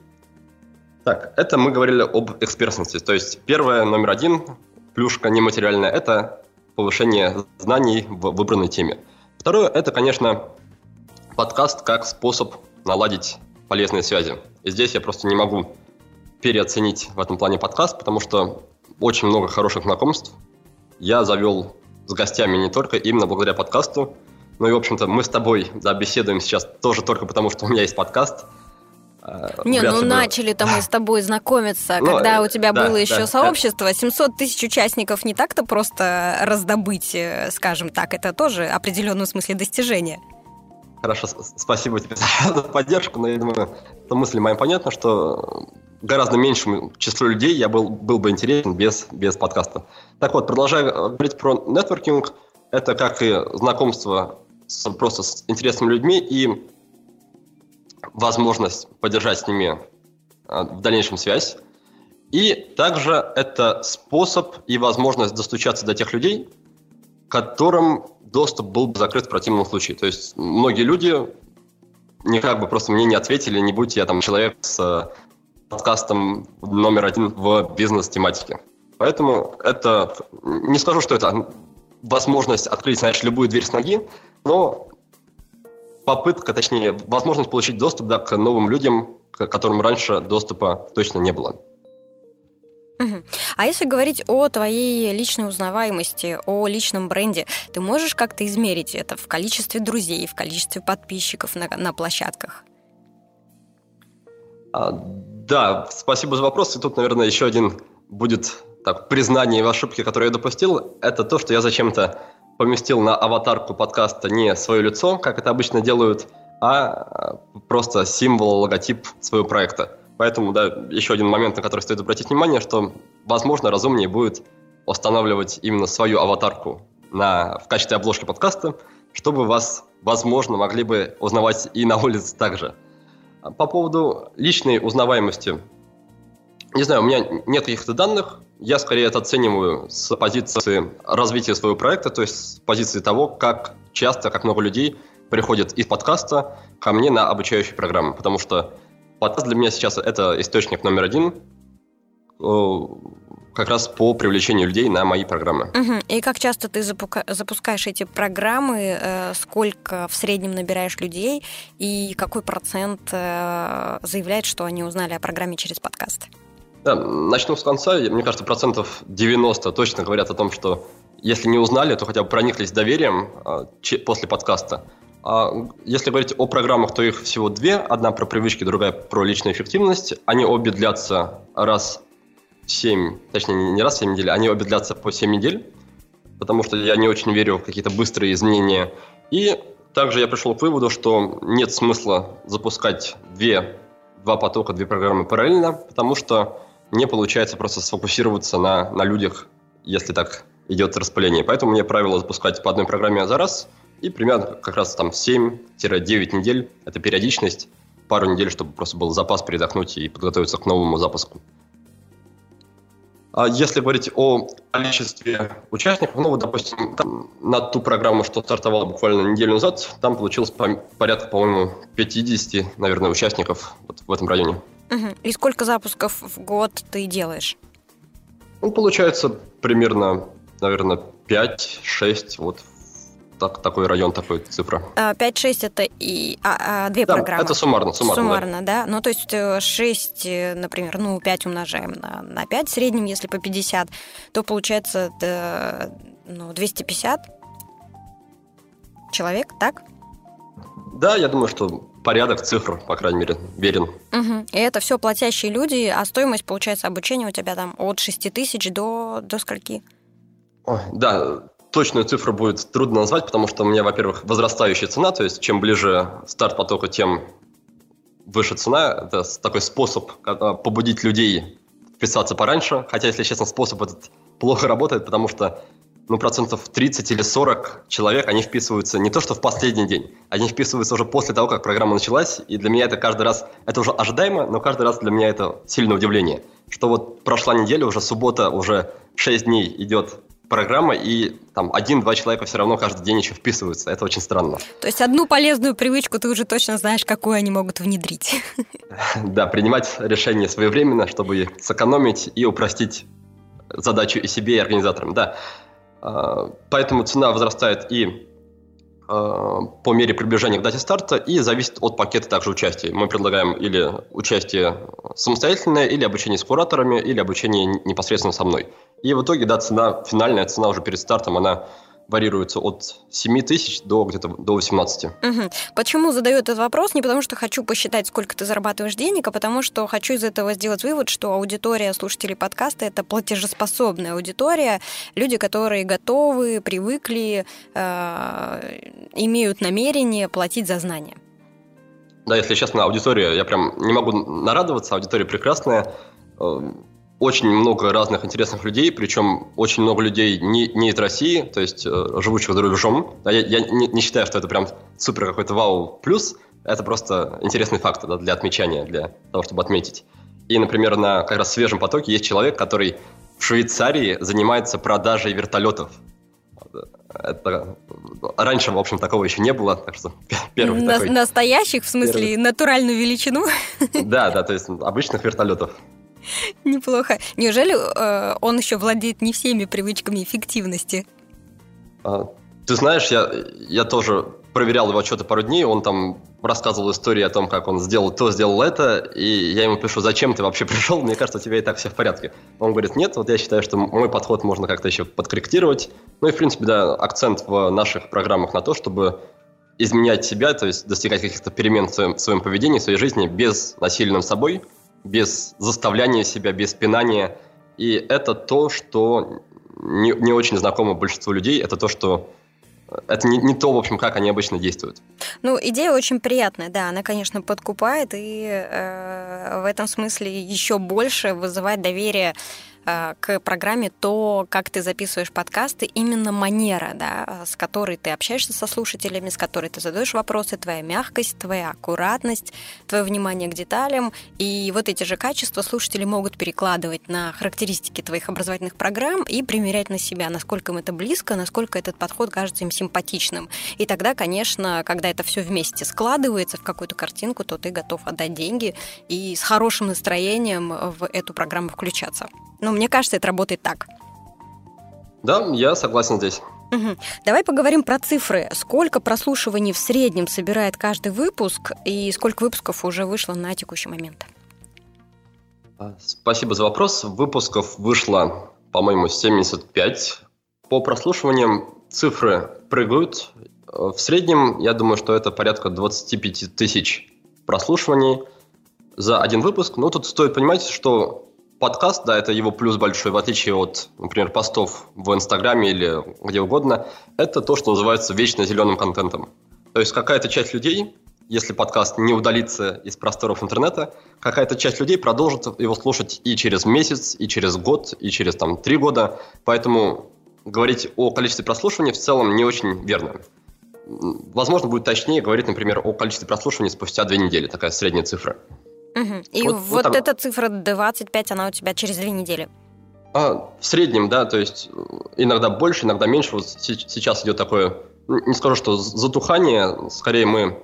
Так, это мы говорили об экспертности. То есть первое, номер один, плюшка нематериальная, это повышение знаний в выбранной теме. Второе, это, конечно, подкаст как способ наладить полезные связи. И здесь я просто не могу переоценить в этом плане подкаст, потому что очень много хороших знакомств я завел с гостями не только именно благодаря подкасту. Ну и, в общем-то, мы с тобой да, беседуем сейчас тоже только потому, что у меня есть подкаст. Не, ну бы... начали-то мы с тобой знакомиться, ну, когда у тебя да, было еще да, сообщество. Да. семьсот тысяч участников не так-то просто раздобыть, скажем так. Это тоже в определенном смысле достижение. Хорошо, спасибо тебе за поддержку, но я думаю, эта мысль моя понятна, что гораздо меньшему числу людей я был, был бы интересен без, без подкаста. Так вот, продолжая говорить про нетворкинг, это как и знакомство с, просто с интересными людьми и возможность поддержать с ними в дальнейшем связь. И также это способ и возможность достучаться до тех людей, которым доступ был бы закрыт в противном случае. То есть многие люди никак бы просто мне не ответили, не будь я там человек с подкастом номер один в бизнес-тематике. Поэтому это, не скажу, что это возможность открыть, знаешь, любую дверь с ноги, но попытка, точнее, возможность получить доступ, да, к новым людям, к которым раньше доступа точно не было. Угу. А если говорить о твоей личной узнаваемости, о личном бренде, ты можешь как-то измерить это в количестве друзей, в количестве подписчиков на, на площадках? А, да, спасибо за вопрос. И тут, наверное, еще один будет так, признание в ошибке, которую я допустил. Это то, что я зачем-то поместил на аватарку подкаста не свое лицо, как это обычно делают, а просто символ, логотип своего проекта. Поэтому, да, еще один момент, на который стоит обратить внимание, что, возможно, разумнее будет устанавливать именно свою аватарку на, в качестве обложки подкаста, чтобы вас, возможно, могли бы узнавать и на улице также. По поводу личной узнаваемости, не знаю, у меня нет каких-то данных, я скорее это оцениваю с позиции развития своего проекта, то есть с позиции того, как часто, как много людей приходят из подкаста ко мне на обучающие программы, потому что подкаст для меня сейчас это источник номер один как раз по привлечению людей на мои программы. Угу. И как часто ты запука- запускаешь эти программы, э, сколько в среднем набираешь людей и какой процент э, заявляет, что они узнали о программе через подкаст? Да, начну с конца. Мне кажется, процентов девяносто точно говорят о том, что если не узнали, то хотя бы прониклись доверием э, че- после подкаста. А если говорить о программах, то их всего две. Одна про привычки, другая про личную эффективность. Они обе длятся раз в семь, точнее не раз в семь недель, они обе длятся по семь недель, потому что я не очень верю в какие-то быстрые изменения. И также я пришел к выводу, что нет смысла запускать две, два потока, две программы параллельно, потому что не получается просто сфокусироваться на, на людях, если так идет распыление. Поэтому мне правило запускать по одной программе за раз, и примерно как раз там семь-девять недель – это периодичность, пару недель, чтобы просто был запас передохнуть и подготовиться к новому запуску. А если говорить о количестве участников, ну вот, допустим, там, на ту программу, что стартовала буквально неделю назад, там получилось порядка, по-моему, пятьдесят, наверное, участников вот в этом районе. Угу. И сколько запусков в год ты делаешь? Ну, получается примерно, наверное, пять-шесть, вот. Так, такой район, такой цифра. пять-шесть это и а, а, две да, программы. Это суммарно. Суммарно, суммарно да. да. Ну, то есть шесть, например, ну, пять умножаем на, на пять в среднем, если по пятьдесят, то получается ну, двести пятьдесят человек, так? Да, я думаю, что порядок цифр, по крайней мере, верен. Угу. И это все платящие люди, а стоимость, получается, обучения у тебя там от шести тысяч до, до скольки? Ой, да, точную цифру будет трудно назвать, потому что у меня, во-первых, возрастающая цена, то есть чем ближе старт потока, тем выше цена. Это такой способ побудить людей вписаться пораньше, хотя, если честно, способ этот плохо работает, потому что ну, процентов тридцать или сорок человек, они вписываются не то что в последний день, они вписываются уже после того, как программа началась, и для меня это каждый раз, это уже ожидаемо, но каждый раз для меня это сильное удивление, что вот прошла неделя, уже суббота, уже шесть дней идет программа, и там один-два человека все равно каждый день еще вписываются. Это очень странно. То есть одну полезную привычку ты уже точно знаешь, какую они могут внедрить. Да, принимать решения своевременно, чтобы сэкономить и упростить задачу и себе, и организаторам. Да. Поэтому цена возрастает и по мере приближения к дате старта, и зависит от пакета также участия. Мы предлагаем или участие самостоятельное, или обучение с кураторами, или обучение непосредственно со мной. И в итоге, да, цена, финальная цена уже перед стартом, она варьируются от семи тысяч до где-то до восемнадцати. Угу. Почему задаю этот вопрос? Не потому что хочу посчитать, сколько ты зарабатываешь денег, а потому что хочу из этого сделать вывод, что аудитория слушателей подкаста – это платежеспособная аудитория, люди, которые готовы, привыкли, э, имеют намерение платить за знания. Да, если честно, аудитория, я прям не могу нарадоваться, аудитория прекрасная. Очень много разных интересных людей, причем очень много людей не, не из России, то есть э, живущих за рубежом. Я, я не, не считаю, что это прям супер какой-то вау плюс, это просто интересный факт, да, для отмечания, для того, чтобы отметить. И, например, на как раз свежем потоке есть человек, который в Швейцарии занимается продажей вертолетов. Это... Раньше, в общем, такого еще не было, так что первый На, такой... Настоящих, в смысле, первый... натуральную величину? Да, да, то есть обычных вертолетов. Неплохо. Неужели э, он еще владеет не всеми привычками эффективности? А, ты знаешь, я, я тоже проверял его отчеты пару дней, он там рассказывал истории о том, как он сделал то, сделал это, и я ему пишу, зачем ты вообще пришел, мне кажется, у тебя и так все в порядке. Он говорит, нет, вот я считаю, что мой подход можно как-то еще подкорректировать. Ну и, в принципе, да, акцент в наших программах на то, чтобы изменять себя, то есть достигать каких-то перемен в своем, в своем поведении, в своей жизни без насилия над собой, без заставляния себя, без пинания. И это то, что не, не очень знакомо большинству людей, это то, что это не, не то, в общем, как они обычно действуют. Ну, идея очень приятная, да, она, конечно, подкупает и э, в этом смысле еще больше вызывает доверие э, к программе то, как ты записываешь подкасты, именно манера, да, с которой ты общаешься со слушателями, с которой ты задаешь вопросы, твоя мягкость, твоя аккуратность, твое внимание к деталям. И вот эти же качества слушатели могут перекладывать на характеристики твоих образовательных программ и примерять на себя, насколько им это близко, насколько этот подход кажется им симпатичным. И тогда, конечно, когда это все вместе складывается в какую-то картинку, то ты готов отдать деньги и с хорошим настроением в эту программу включаться. Но мне кажется, это работает так. Да, я согласен здесь. Угу. Давай поговорим про цифры. Сколько прослушиваний в среднем собирает каждый выпуск и сколько выпусков уже вышло на текущий момент? Спасибо за вопрос. Выпусков вышло, по-моему, семьдесят пять. По прослушиваниям цифры прыгают. В среднем, я думаю, что это порядка двадцать пять тысяч прослушиваний за один выпуск. Но тут стоит понимать, что подкаст, да, это его плюс большой, в отличие от, например, постов в Инстаграме или где угодно, это то, что называется вечно зеленым контентом. То есть какая-то часть людей, если подкаст не удалится из просторов интернета, какая-то часть людей продолжит его слушать и через месяц, и через год, и через там три года. Поэтому говорить о количестве прослушиваний в целом не очень верно. Возможно, будет точнее говорить, например, о количестве прослушиваний спустя две недели, такая средняя цифра. Угу. И вот, вот, вот эта цифра двадцать пять, она у тебя через две недели? А, в среднем, да, то есть иногда больше, иногда меньше. Вот сейчас идет такое, не скажу, что затухание, скорее мы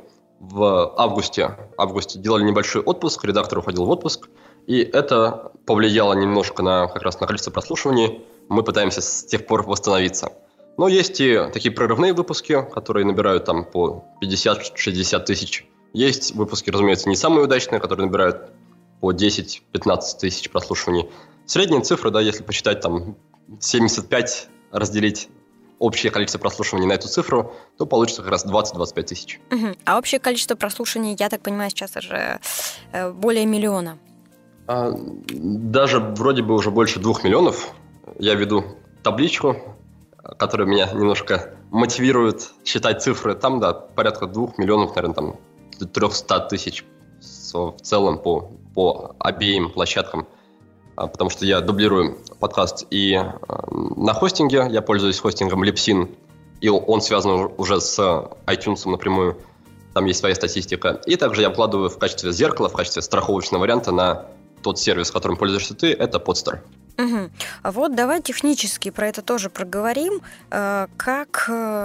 в августе, августе делали небольшой отпуск, редактор уходил в отпуск, и это повлияло немножко на, как раз на количество прослушиваний. Мы пытаемся с тех пор восстановиться. Но есть и такие прорывные выпуски, которые набирают там по пятьдесят-шестьдесят тысяч. Есть выпуски, разумеется, не самые удачные, которые набирают по десять-пятнадцать тысяч прослушиваний. Средняя цифра, да, если посчитать там семьдесят пять, разделить общее количество прослушиваний на эту цифру, то получится как раз двадцать-двадцать пять тысяч. Угу. А общее количество прослушиваний, я так понимаю, сейчас уже более миллиона. А, даже вроде бы уже больше двух миллионов. Я веду табличку, которая меня немножко мотивирует считать цифры. Там, да, порядка двух миллионов, наверное, там триста тысяч в целом по, по обеим площадкам. Потому что я дублирую подкаст и на хостинге. Я пользуюсь хостингом Libsyn, и он связан уже с iTunes напрямую. Там есть своя статистика. И также я вкладываю в качестве зеркала, в качестве страховочного варианта на тот сервис, которым пользуешься ты, это Podster. Угу. А вот давай технически про это тоже проговорим. Как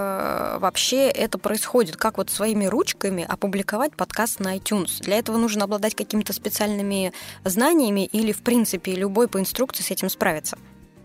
вообще это происходит? Как вот своими ручками опубликовать подкаст на iTunes? Для этого нужно обладать какими-то специальными знаниями или, в принципе, любой по инструкции с этим справится?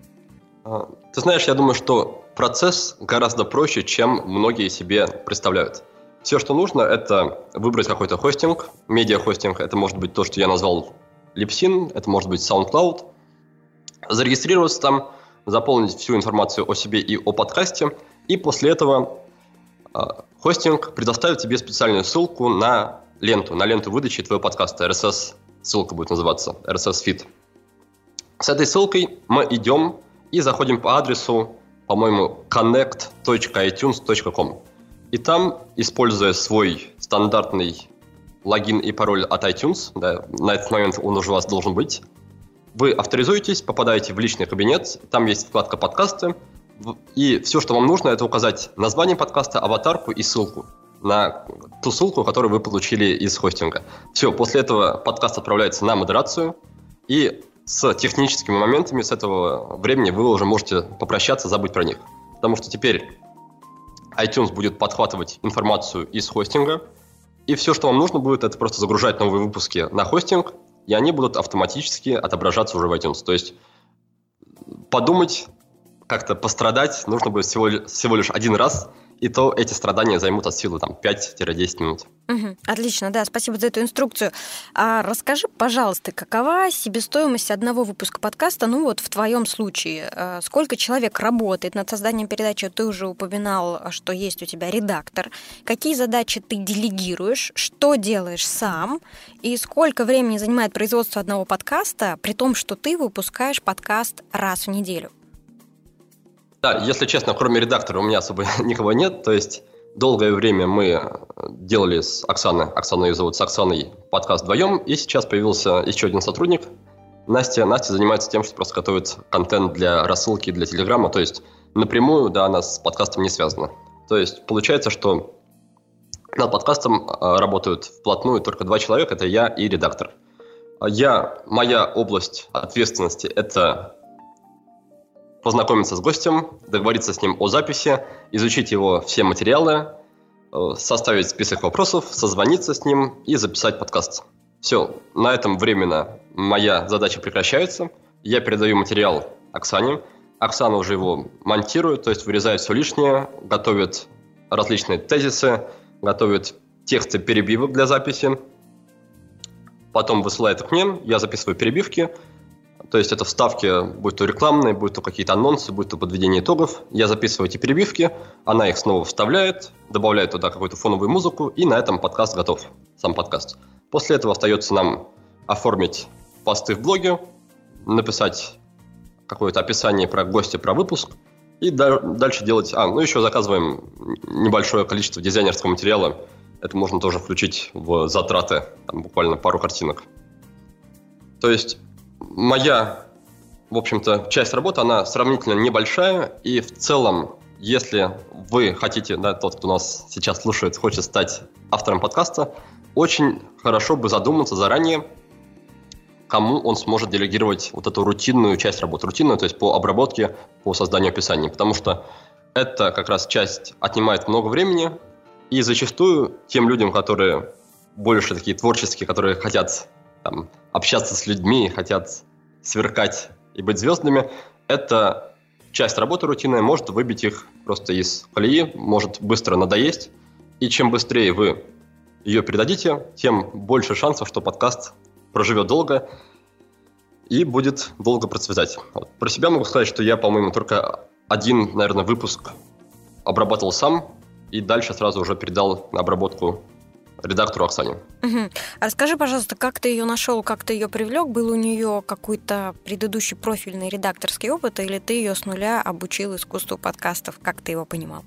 Ты знаешь, я думаю, что процесс гораздо проще, чем многие себе представляют. Все, что нужно, это выбрать какой-то хостинг, медиахостинг. Это может быть то, что я назвал Libsyn, это может быть SoundCloud. Зарегистрироваться там, заполнить всю информацию о себе и о подкасте, И после этого э, хостинг предоставит тебе специальную ссылку на ленту, на ленту выдачи твоего подкаста. эр эс эс-ссылка будет называться, эр эс эс-фид. С этой ссылкой мы идем и заходим по адресу, по-моему, коннект точка ай тюнс точка ком. И там, используя свой стандартный логин и пароль от iTunes, да, на этот момент он уже у вас должен быть, вы авторизуетесь, попадаете в личный кабинет, там есть вкладка «Подкасты», и все, что вам нужно, это указать название подкаста, аватарку и ссылку на ту ссылку, которую вы получили из хостинга. Все, после этого подкаст отправляется на модерацию, и с техническими моментами с этого времени вы уже можете попрощаться, забыть про них. Потому что теперь iTunes будет подхватывать информацию из хостинга, и все, что вам нужно будет, это просто загружать новые выпуски на хостинг, и они будут автоматически отображаться уже в iTunes. То есть подумать, как-то пострадать нужно будет всего, всего лишь один раз, и то эти страдания займут от силы там, пять-десять минут. Угу, отлично, да, спасибо за эту инструкцию. А расскажи, пожалуйста, какова себестоимость одного выпуска подкаста, ну вот в твоем случае? Сколько человек работает над созданием передачи? Ты уже упоминал, что есть у тебя редактор. Какие задачи ты делегируешь? Что делаешь сам? И сколько времени занимает производство одного подкаста, при том, что ты выпускаешь подкаст раз в неделю? Да, если честно, кроме редактора у меня особо никого нет, то есть долгое время мы делали с Оксаной, Оксану ее зовут, с Оксаной подкаст вдвоем, и сейчас появился еще один сотрудник, Настя. Настя занимается тем, что просто готовит контент для рассылки, для Телеграма, то есть напрямую, да, она с подкастом не связана. То есть получается, что над подкастом работают вплотную только два человека, это я и редактор. Я, моя область ответственности – это познакомиться с гостем, договориться с ним о записи, изучить его все материалы, составить список вопросов, созвониться с ним и записать подкаст. Все, на этом временно моя задача прекращается. Я передаю материал Оксане. Оксана уже его монтирует, то есть вырезает все лишнее, готовит различные тезисы, готовит тексты перебивок для записи. Потом высылает их мне, я записываю перебивки. То есть это вставки, будь то рекламные, будь то какие-то анонсы, будь то подведение итогов. Я записываю эти перебивки, она их снова вставляет, добавляет туда какую-то фоновую музыку, и на этом подкаст готов, сам подкаст. После этого остается нам оформить посты в блоге, написать какое-то описание про гостя, про выпуск, и дальше делать... А, ну еще заказываем небольшое количество дизайнерского материала. Это можно тоже включить в затраты, там буквально пару картинок. То есть моя, в общем-то, часть работы, она сравнительно небольшая, и в целом, если вы хотите, да, тот, кто нас сейчас слушает, хочет стать автором подкаста, очень хорошо бы задуматься заранее, кому он сможет делегировать вот эту рутинную часть работы, рутинную, то есть по обработке, по созданию описаний, потому что эта как раз часть отнимает много времени, и зачастую тем людям, которые больше такие творческие, которые хотят там, общаться с людьми, хотят сверкать и быть звездами, эта часть работы рутинная может выбить их просто из колеи, может быстро надоесть, и чем быстрее вы ее передадите, тем больше шансов, что подкаст проживет долго и будет долго процветать. Вот. Про себя могу сказать, что я, по-моему, только один, наверное, выпуск обрабатывал сам, и дальше сразу уже передал на обработку редактору Оксане. Угу. А расскажи, пожалуйста, как ты ее нашел, как ты ее привлек? Был у нее какой-то предыдущий профильный редакторский опыт, или ты ее с нуля обучил искусству подкастов? Как ты его понимал?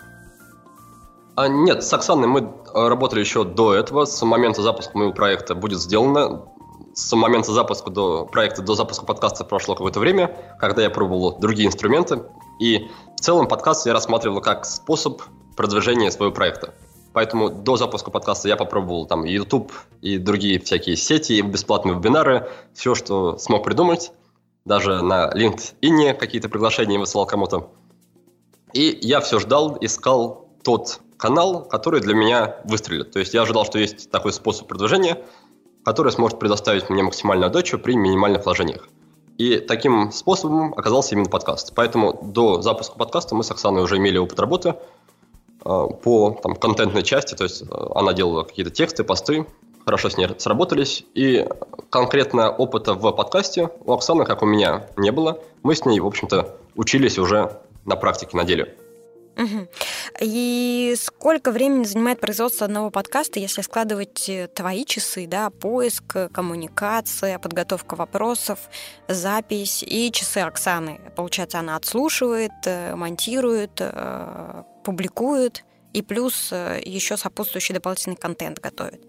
А, нет, с Оксаной мы работали еще до этого. С момента запуска моего проекта будет сделано. С момента запуска до проекта, до запуска подкаста прошло какое-то время, когда я пробовал другие инструменты. И в целом подкаст я рассматривал как способ продвижения своего проекта. Поэтому до запуска подкаста я попробовал там YouTube и другие всякие сети, и бесплатные вебинары, все, что смог придумать. Даже на LinkedIn какие-то приглашения высылал кому-то. И я все ждал, искал тот канал, который для меня выстрелит. То есть я ожидал, что есть такой способ продвижения, который сможет предоставить мне максимальную отдачу при минимальных вложениях. И таким способом оказался именно подкаст. Поэтому до запуска подкаста мы с Оксаной уже имели опыт работы по там, контентной части, то есть она делала какие-то тексты, посты, хорошо с ней сработались, и конкретно опыта в подкасте у Оксаны, как у меня, не было. Мы с ней, в общем-то, учились уже на практике, на деле. Угу. И сколько времени занимает производство одного подкаста, если складывать твои часы, да, поиск, коммуникация, подготовка вопросов, запись и часы Оксаны? Получается, она отслушивает, монтирует, публикует и плюс еще сопутствующий дополнительный контент готовит.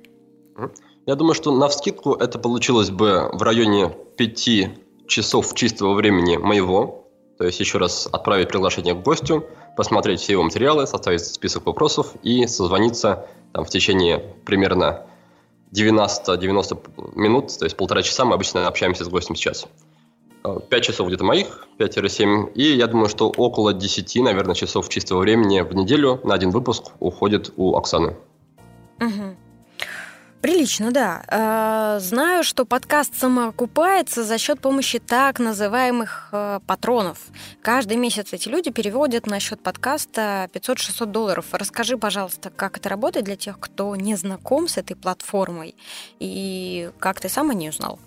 Я думаю, что навскидку это получилось бы в районе пяти часов чистого времени моего. То есть еще раз отправить приглашение к гостю, посмотреть все его материалы, составить список вопросов и созвониться там, в течение примерно девяносто-девяносто минут, то есть полтора часа мы обычно общаемся с гостем сейчас. Пять часов где-то моих, пять-семь, и я думаю, что около десяти, наверное, часов чистого времени в неделю на один выпуск уходит у Оксаны. Угу. Прилично, да. Знаю, что подкаст самоокупается за счет помощи так называемых патронов. Каждый месяц эти люди переводят на счет подкаста пятьсот-шестьсот долларов. Расскажи, пожалуйста, как это работает для тех, кто не знаком с этой платформой, и как ты сам о ней узнал?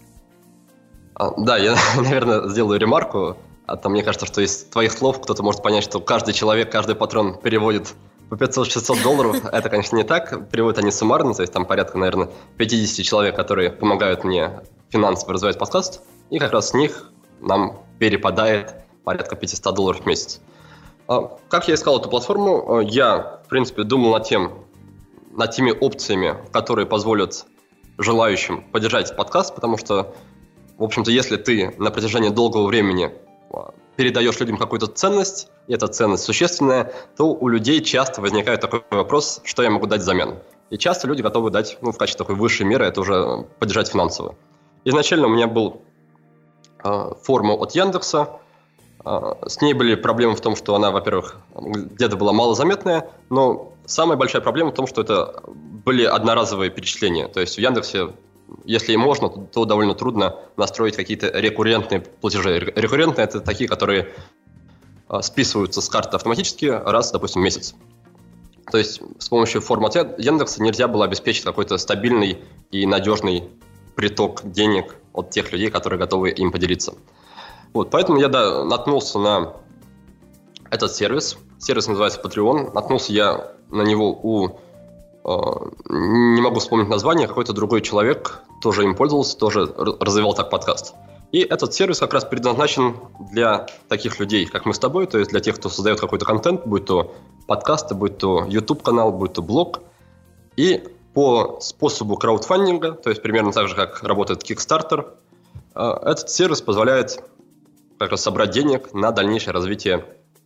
А, да, я, наверное, сделаю ремарку. А то мне кажется, что из твоих слов кто-то может понять, что каждый человек, каждый патрон переводит по пятьсот-шестьсот долларов. Это, конечно, не так. Переводят они суммарно, то есть там порядка, наверное, пятьдесят человек, которые помогают мне финансово развивать подкаст. И как раз с них нам перепадает порядка пятьсот долларов в месяц. Как я искал эту платформу? Я, в принципе, думал над тем, над теми опциями, которые позволят желающим поддержать подкаст, потому что, в общем-то, если ты на протяжении долгого времени передаешь людям какую-то ценность, и эта ценность существенная, то у людей часто возникает такой вопрос, что я могу дать взамен. И часто люди готовы дать, ну, в качестве такой высшей меры, это уже поддержать финансово. Изначально у меня был э, форма от Яндекса. Э, с ней были проблемы в том, что она, во-первых, где-то была малозаметная, но самая большая проблема в том, что это были одноразовые перечисления. То есть в Яндексе, если и можно, то, то довольно трудно настроить какие-то рекуррентные платежи. Рекуррентные – это такие, которые э, списываются с карты автоматически раз, допустим, в месяц. То есть с помощью формы от Яндекса нельзя было обеспечить какой-то стабильный и надежный приток денег от тех людей, которые готовы им поделиться. Вот, поэтому я, да, наткнулся на этот сервис. Сервис называется Patreon. Наткнулся я на него у... не могу вспомнить название, какой-то другой человек тоже им пользовался, тоже развивал так подкаст. И этот сервис как раз предназначен для таких людей, как мы с тобой, то есть для тех, кто создает какой-то контент, будь то подкасты, будь то YouTube-канал, будь то блог. И по способу краудфандинга, то есть примерно так же, как работает Kickstarter, этот сервис позволяет как раз собрать денег на дальнейшее развитие,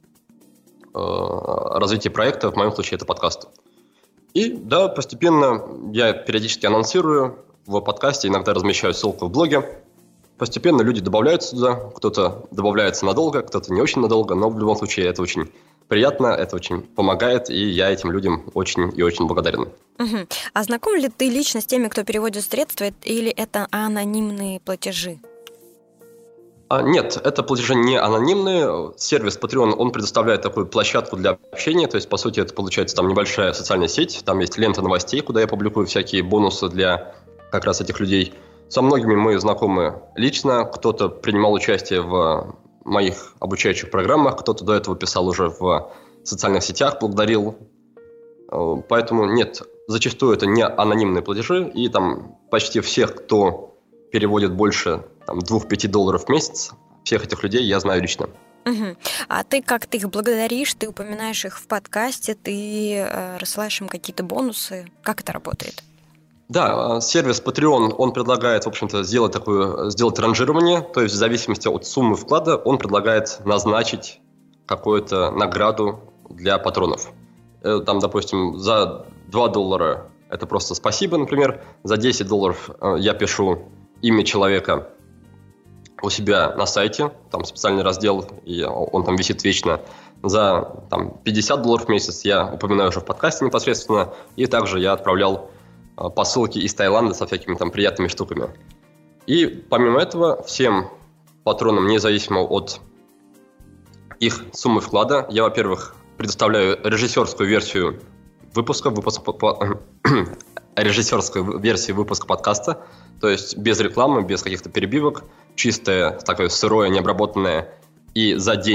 развитие проекта, в моем случае это подкаст. И да, постепенно я периодически анонсирую в подкасте, иногда размещаю ссылку в блоге. Постепенно люди добавляются туда, кто-то добавляется надолго, кто-то не очень надолго, но в любом случае это очень приятно, это очень помогает, и я этим людям очень и очень благодарен. Угу. А знаком ли ты лично с теми, кто переводит средства, или это анонимные платежи? А, нет, это платежи не анонимные. Сервис Patreon, он предоставляет такую площадку для общения, то есть, по сути, это получается там небольшая социальная сеть, там есть лента новостей, куда я публикую всякие бонусы для как раз этих людей. Со многими мы знакомы лично, кто-то принимал участие в моих обучающих программах, кто-то до этого писал уже в социальных сетях, благодарил. Поэтому нет, зачастую это не анонимные платежи, и там почти всех, кто переводит больше там, два-пять долларов в месяц, всех этих людей я знаю лично. Угу. А ты как ты их благодаришь, ты упоминаешь их в подкасте, ты э, рассылаешь им какие-то бонусы? Как это работает? Да, сервис Patreon, он предлагает, в общем-то, сделать такое, сделать ранжирование, то есть в зависимости от суммы вклада он предлагает назначить какую-то награду для патронов. Там, допустим, за два доллара это просто спасибо, например, за десять долларов я пишу имя человека у себя на сайте, там специальный раздел, и он там висит вечно. За там, пятьдесят долларов в месяц я упоминаю уже в подкасте непосредственно, и также я отправлял посылки из Таиланда со всякими там приятными штуками. И помимо этого, всем патронам, независимо от их суммы вклада, я, во-первых, предоставляю режиссерскую версию выпуска, выпуск, по, режиссерскую версию выпуска подкаста, то есть без рекламы, без каких-то перебивок, чистое, такое сырое, необработанное, и за день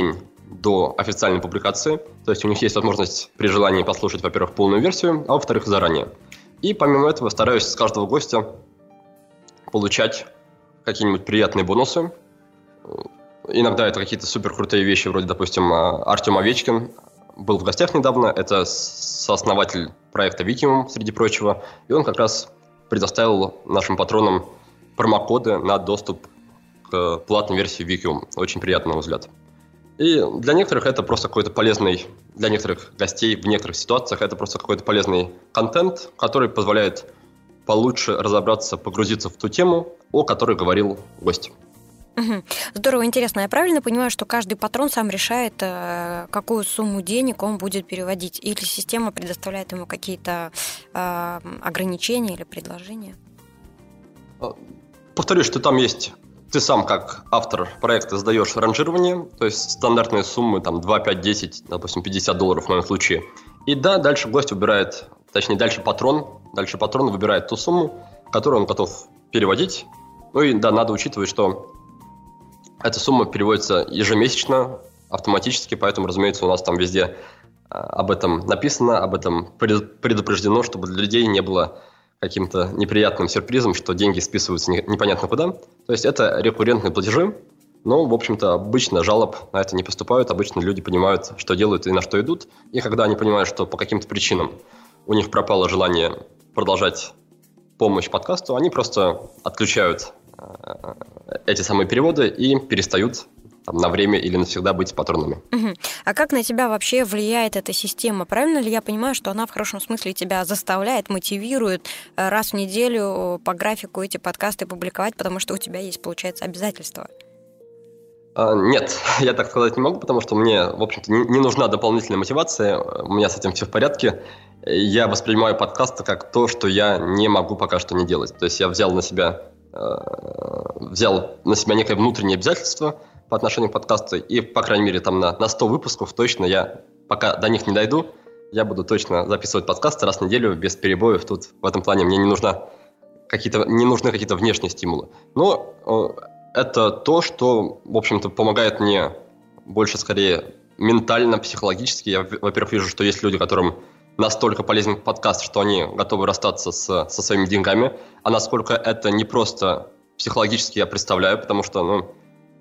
до официальной публикации. То есть у них есть возможность при желании послушать, во-первых, полную версию, а во-вторых, заранее. И помимо этого стараюсь с каждого гостя получать какие-нибудь приятные бонусы. Иногда это какие-то супер крутые вещи, вроде, допустим, Артем Овечкин был в гостях недавно. Это сооснователь проекта Викимум, среди прочего. И он как раз предоставил нашим патронам промокоды на доступ к платной версии Викимум. Очень приятно, на мой взгляд. И для некоторых это просто какой-то полезный, для некоторых гостей в некоторых ситуациях это просто какой-то полезный контент, который позволяет получше разобраться, погрузиться в ту тему, о которой говорил гость. Угу. Здорово, интересно. Я правильно понимаю, что каждый патрон сам решает, какую сумму денег он будет переводить? Или система предоставляет ему какие-то э, ограничения или предложения? Повторюсь, что там есть... Ты сам, как автор проекта, задаешь ранжирование, то есть стандартные суммы, там, два, пять, десять, допустим, пятьдесят долларов в моем случае. И да, дальше гость выбирает, точнее, дальше патрон, дальше патрон выбирает ту сумму, которую он готов переводить. Ну и да, надо учитывать, что эта сумма переводится ежемесячно, автоматически, поэтому, разумеется, у нас там везде об этом написано, об этом предупреждено, чтобы для людей не было каким-то неприятным сюрпризом, что деньги списываются непонятно куда. То есть это рекуррентные платежи, но, в общем-то, обычно жалоб на это не поступают, обычно люди понимают, что делают и на что идут, и когда они понимают, что по каким-то причинам у них пропало желание продолжать помощь подкасту, они просто отключают эти самые переводы и перестают там, на время или навсегда быть патронами. Угу. А как на тебя вообще влияет эта система? Правильно ли я понимаю, что она в хорошем смысле тебя заставляет, мотивирует раз в неделю по графику эти подкасты публиковать, потому что у тебя есть, получается, обязательства? А, нет, я так сказать не могу, потому что мне, в общем-то, не, не нужна дополнительная мотивация, у меня с этим все в порядке. Я воспринимаю подкасты как то, что я не могу пока что не делать. То есть я взял на себя, э, взял на себя некое внутреннее обязательство по отношению к подкасту, и, по крайней мере, там на, на сто выпусков точно я, пока до них не дойду, я буду точно записывать подкасты раз в неделю без перебоев. Тут в этом плане мне не, нужна какие-то, не нужны какие-то внешние стимулы. Но э, это то, что, в общем-то, помогает мне больше, скорее, ментально, психологически. Я, во-первых, вижу, что есть люди, которым настолько полезен подкаст, что они готовы расстаться с, со своими деньгами. А насколько это не просто психологически, я представляю, потому что, ну,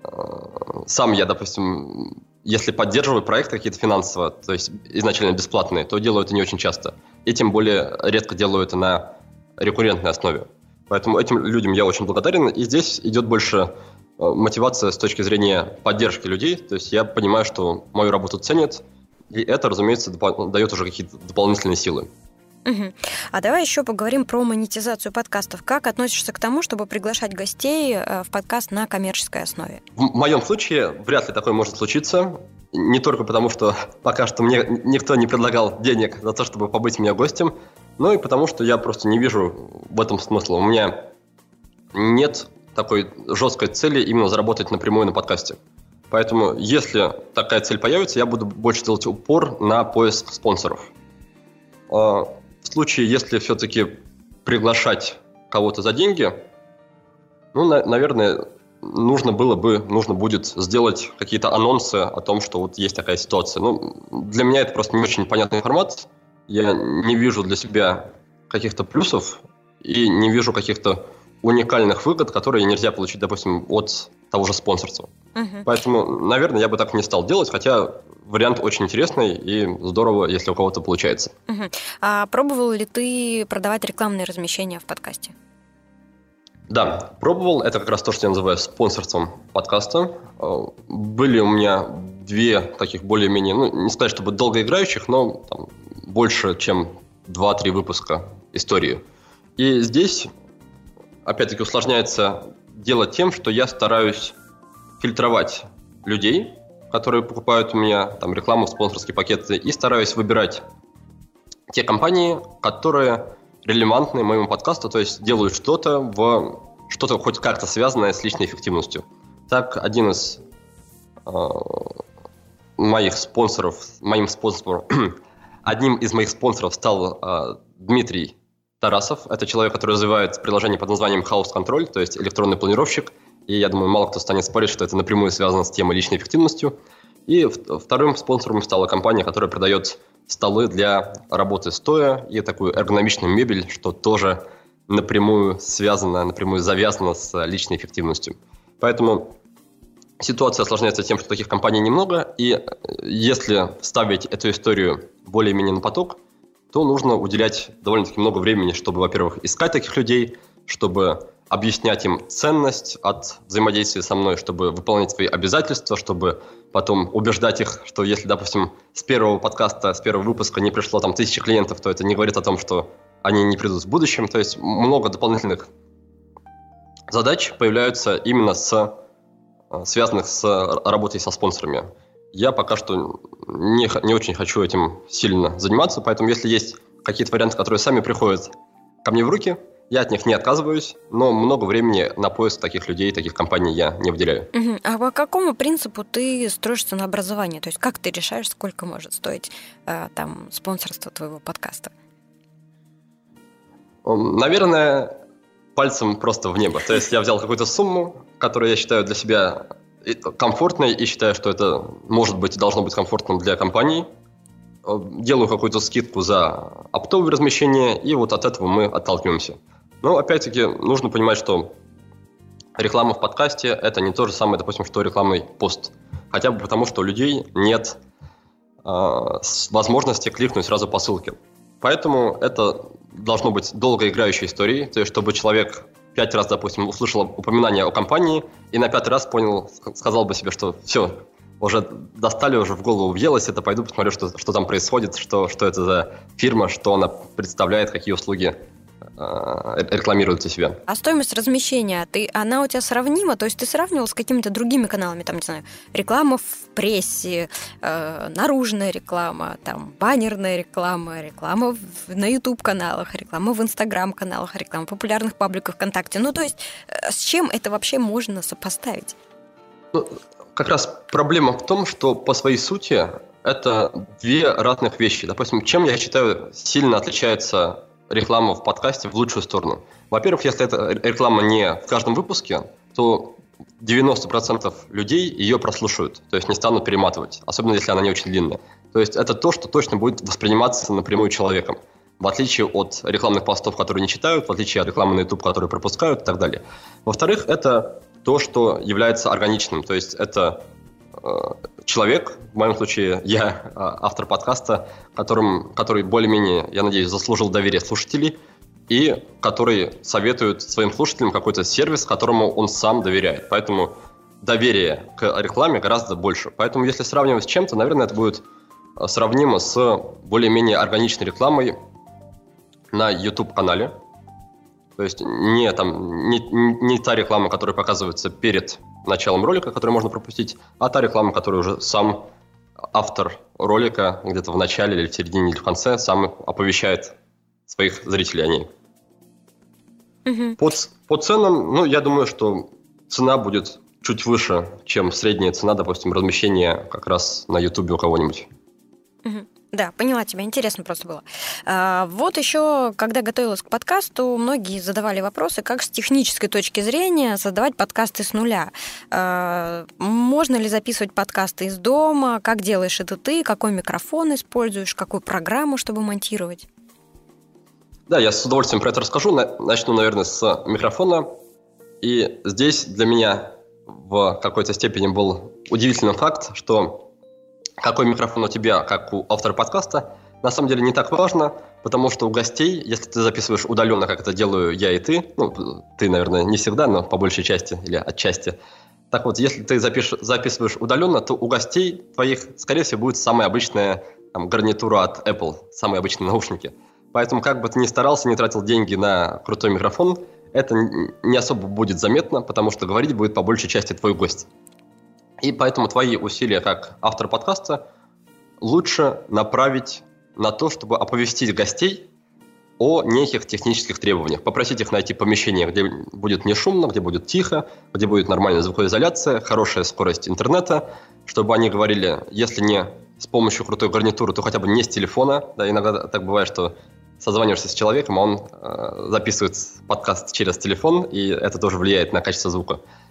сам я, допустим, если поддерживаю проекты какие-то финансово, то есть изначально бесплатные, то делаю это не очень часто. И тем более редко делаю это на рекуррентной основе. Поэтому этим людям я очень благодарен. И здесь идет больше мотивация с точки зрения поддержки людей. То есть я понимаю, что мою работу ценят, и это, разумеется, дает уже какие-то дополнительные силы. Угу. А давай еще поговорим про монетизацию подкастов. Как относишься к тому, чтобы приглашать гостей в подкаст на коммерческой основе? В моем случае вряд ли такое может случиться. Не только потому, что пока что мне никто не предлагал денег за то, чтобы побыть у меня гостем, но и потому, что я просто не вижу в этом смысла. У меня нет такой жесткой цели именно заработать напрямую на подкасте. Поэтому, если такая цель появится, я буду больше делать упор на поиск спонсоров. В случае, если все-таки приглашать кого-то за деньги, ну, на, наверное, нужно было бы, нужно будет сделать какие-то анонсы о том, что вот есть такая ситуация. Ну, для меня это просто не очень понятный формат. Я не вижу для себя каких-то плюсов и не вижу каких-то уникальных выгод, которые нельзя получить, допустим, от того же спонсорства. Uh-huh. Поэтому, наверное, я бы так не стал делать, хотя вариант очень интересный и здорово, если у кого-то получается. Uh-huh. А пробовал ли ты продавать рекламные размещения в подкасте? Да, пробовал. Это как раз то, что я называю спонсорством подкаста. Были у меня две таких более-менее, ну, не сказать, чтобы долгоиграющих, но там, больше, чем два-три выпуска истории. И здесь, опять-таки, усложняется дело тем, что я стараюсь фильтровать людей, которые покупают у меня там, рекламу, спонсорские пакеты, и стараюсь выбирать те компании, которые релевантны моему подкасту, то есть делают что-то, в, что-то хоть как-то связанное с личной эффективностью. Так, один из э, моих спонсоров, моим спонсором, одним из моих спонсоров стал э, Дмитрий Тарасов. Это человек, который развивает приложение под названием House Control, то есть электронный планировщик. И я думаю, мало кто станет спорить, что это напрямую связано с темой личной эффективностью. И вторым спонсором стала компания, которая продает столы для работы стоя и такую эргономичную мебель, что тоже напрямую связано, напрямую завязано с личной эффективностью. Поэтому ситуация осложняется тем, что таких компаний немного, и если ставить эту историю более-менее на поток, то нужно уделять довольно-таки много времени, чтобы, во-первых, искать таких людей, чтобы объяснять им ценность от взаимодействия со мной, чтобы выполнять свои обязательства, чтобы потом убеждать их, что если, допустим, с первого подкаста, с первого выпуска не пришло там тысячи клиентов, то это не говорит о том, что они не придут в будущем. То есть много дополнительных задач появляются именно с, связанных с работой со спонсорами. Я пока что не, не очень хочу этим сильно заниматься, поэтому если есть какие-то варианты, которые сами приходят ко мне в руки, я от них не отказываюсь, но много времени на поиск таких людей, таких компаний я не выделяю. Угу. А по какому принципу ты строишь ценообразование? То есть как ты решаешь, сколько может стоить э, там, спонсорство твоего подкаста? Наверное, пальцем просто в небо. То есть я взял какую-то сумму, которую я считаю для себя комфортной и считаю, что это может быть и должно быть комфортным для компании. Делаю какую-то скидку за оптовое размещение, и вот от этого мы отталкиваемся. Но, опять-таки, нужно понимать, что реклама в подкасте – это не то же самое, допустим, что рекламный пост. Хотя бы потому, что у людей нет э, возможности кликнуть сразу по ссылке. Поэтому это должно быть долгоиграющей историей, то есть чтобы человек пять раз, допустим, услышал упоминание о компании и на пятый раз понял, сказал бы себе, что все, уже достали, уже в голову въелось это, пойду посмотрю, что, что там происходит, что, что это за фирма, что она представляет, какие услуги рекламируют себя. А стоимость размещения, ты, она у тебя сравнима? То есть ты сравнивал с какими-то другими каналами, там, не знаю, реклама в прессе, э, наружная реклама, там, баннерная реклама, реклама в, на YouTube-каналах, реклама в Instagram-каналах, реклама в популярных пабликах ВКонтакте. Ну, то есть с чем это вообще можно сопоставить? Ну, как раз проблема в том, что по своей сути это две разных вещи. Допустим, чем, я считаю, сильно отличается реклама в подкасте в лучшую сторону. Во-первых, если эта реклама не в каждом выпуске, то девяносто процентов людей ее прослушают, то есть не станут перематывать, особенно если она не очень длинная. То есть это то, что точно будет восприниматься напрямую человеком, в отличие от рекламных постов, которые не читают, в отличие от рекламы на YouTube, которые пропускают и так далее. Во-вторых, это то, что является органичным, то есть это человек, в моем случае я автор подкаста, которым, который более-менее, я надеюсь, заслужил доверие слушателей и который советует своим слушателям какой-то сервис, которому он сам доверяет. Поэтому доверие к рекламе гораздо больше. Поэтому если сравнивать с чем-то, наверное, это будет сравнимо с более-менее органичной рекламой на YouTube-канале. То есть не, там, не, не та реклама, которая показывается перед началом ролика, которую можно пропустить, а та реклама, которую уже сам автор ролика где-то в начале или в середине или в конце сам оповещает своих зрителей о ней. Mm-hmm. По, по ценам, ну, я думаю, что цена будет чуть выше, чем средняя цена, допустим, размещения как раз на YouTube у кого-нибудь. Mm-hmm. Да, поняла тебя, интересно просто было. А, вот еще, когда готовилась к подкасту, многие задавали вопросы, как с технической точки зрения создавать подкасты с нуля. А, можно ли записывать подкасты из дома, как делаешь это ты, какой микрофон используешь, какую программу, чтобы монтировать? Да, я с удовольствием про это расскажу. Начну, наверное, с микрофона. И здесь для меня в какой-то степени был удивительный факт, что какой микрофон у тебя, как у автора подкаста, на самом деле не так важно, потому что у гостей, если ты записываешь удаленно, как это делаю я и ты, ну, ты, наверное, не всегда, но по большей части или отчасти, так вот, если ты запиш, записываешь удаленно, то у гостей твоих, скорее всего, будет самая обычная там, гарнитура от Apple, самые обычные наушники. Поэтому, как бы ты ни старался, не тратил деньги на крутой микрофон, это не особо будет заметно, потому что говорить будет по большей части твой гость. И поэтому твои усилия как автор подкаста лучше направить на то, чтобы оповестить гостей о неких технических требованиях. Попросить их найти помещение, где будет не шумно, где будет тихо, где будет нормальная звукоизоляция, хорошая скорость интернета, чтобы они говорили, если не с помощью крутой гарнитуры, то хотя бы не с телефона. Да, иногда так бывает, что созваниваешься с человеком, а он э, записывает подкаст через телефон, и это тоже влияет на качество звука.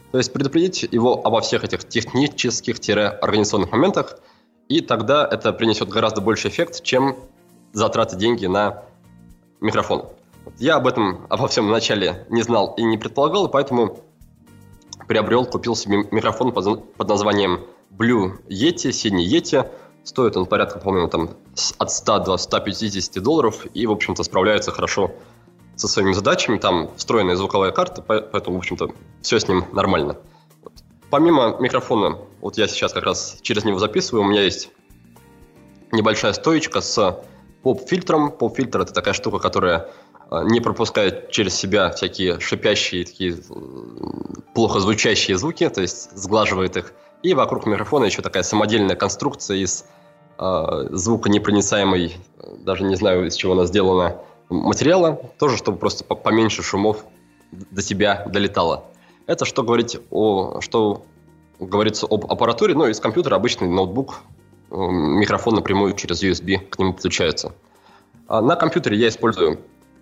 То есть предупредить его обо всех этих технических-организационных моментах, и тогда это принесет гораздо больше эффект, чем затраты деньги на микрофон. Я об этом, обо всем вначале не знал и не предполагал, и поэтому приобрел, купил себе микрофон под, под названием Blue Yeti, синий Yeti. Стоит он порядка, по-моему, там от ста до ста пятидесяти долларов, и, в общем-то, справляется хорошо со своими задачами. Там встроенная звуковая карта, поэтому, в общем-то, все с ним нормально. Вот. Помимо микрофона, вот я сейчас как раз через него записываю, у меня есть небольшая стоечка с поп-фильтром. Поп-фильтр – это такая штука, которая не пропускает через себя всякие шипящие, такие плохо звучащие звуки, то есть сглаживает их. И вокруг микрофона еще такая самодельная конструкция из э, звуконепроницаемой, даже не знаю, из чего она сделана, материала, тоже чтобы просто поменьше шумов до тебя долетало. Это что говорить о, что говорится об аппаратуре, ну, из компьютера обычный ноутбук, э, микрофон напрямую через ю эс би к нему подключается. А на компьютере я использую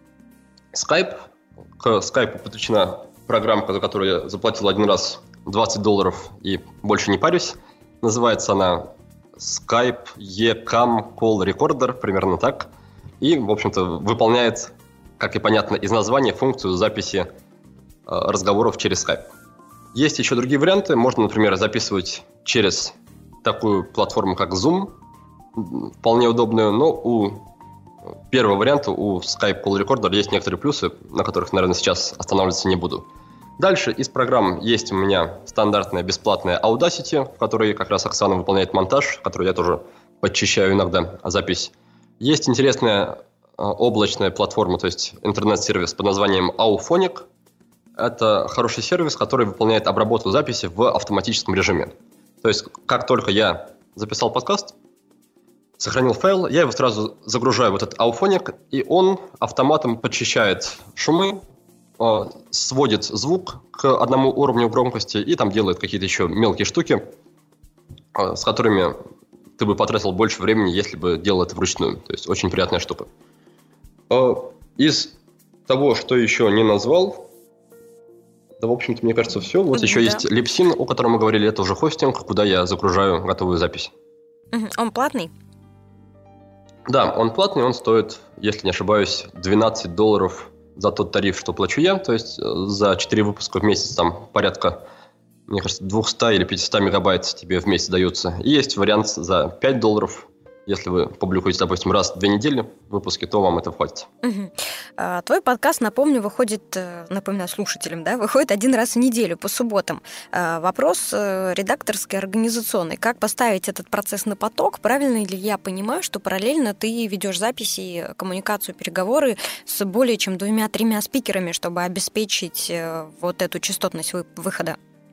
Skype. К Skype подключена программка, за которую я заплатил один раз двадцать долларов и больше не парюсь. Называется она Skype Ecamm Call Recorder, примерно так. И, в общем-то, выполняет, как и понятно из названия, функцию записи э, разговоров через Skype. Есть еще другие варианты. Можно, например, записывать через такую платформу, как Zoom. Вполне удобную, но у первого варианта, у Skype Call Recorder, есть некоторые плюсы, на которых, наверное, сейчас останавливаться не буду. Дальше из программ есть у меня стандартная бесплатная Audacity, в которой как раз Оксана выполняет монтаж, который я тоже подчищаю иногда запись. Есть интересная э, облачная платформа, то есть интернет-сервис под названием Auphonic. Это хороший сервис, который выполняет обработку записи в автоматическом режиме. То есть как только я записал подкаст, сохранил файл, я его сразу загружаю в этот Auphonic, и он автоматом подчищает шумы, сводит звук к одному уровню громкости и там делает какие-то еще мелкие штуки, с которыми ты бы потратил больше времени, если бы делал это вручную. То есть очень приятная штука. Из того, что еще не назвал, да, в общем-то, мне кажется, все. Вот еще да. есть Libsyn, о котором мы говорили, это уже хостинг, куда я загружаю готовую запись. Он платный? Да, он платный, он стоит, если не ошибаюсь, двенадцать долларов за тот тариф, что плачу я, то есть за четыре выпуска в месяц там порядка, мне кажется, двести или пятьсот мегабайт тебе в месяц даются. И есть вариант за пять долларов. Если вы публикуете, допустим, раз в две недели выпуски, то вам это хватит. Угу. А, твой подкаст, напомню, выходит, напоминаю слушателям, да, выходит один раз в неделю по субботам. А, вопрос редакторский, организационный. Как поставить этот процесс на поток? Правильно ли я понимаю, что параллельно ты ведешь записи, коммуникацию, переговоры с более чем двумя-тремя спикерами, чтобы обеспечить вот эту частотность выхода?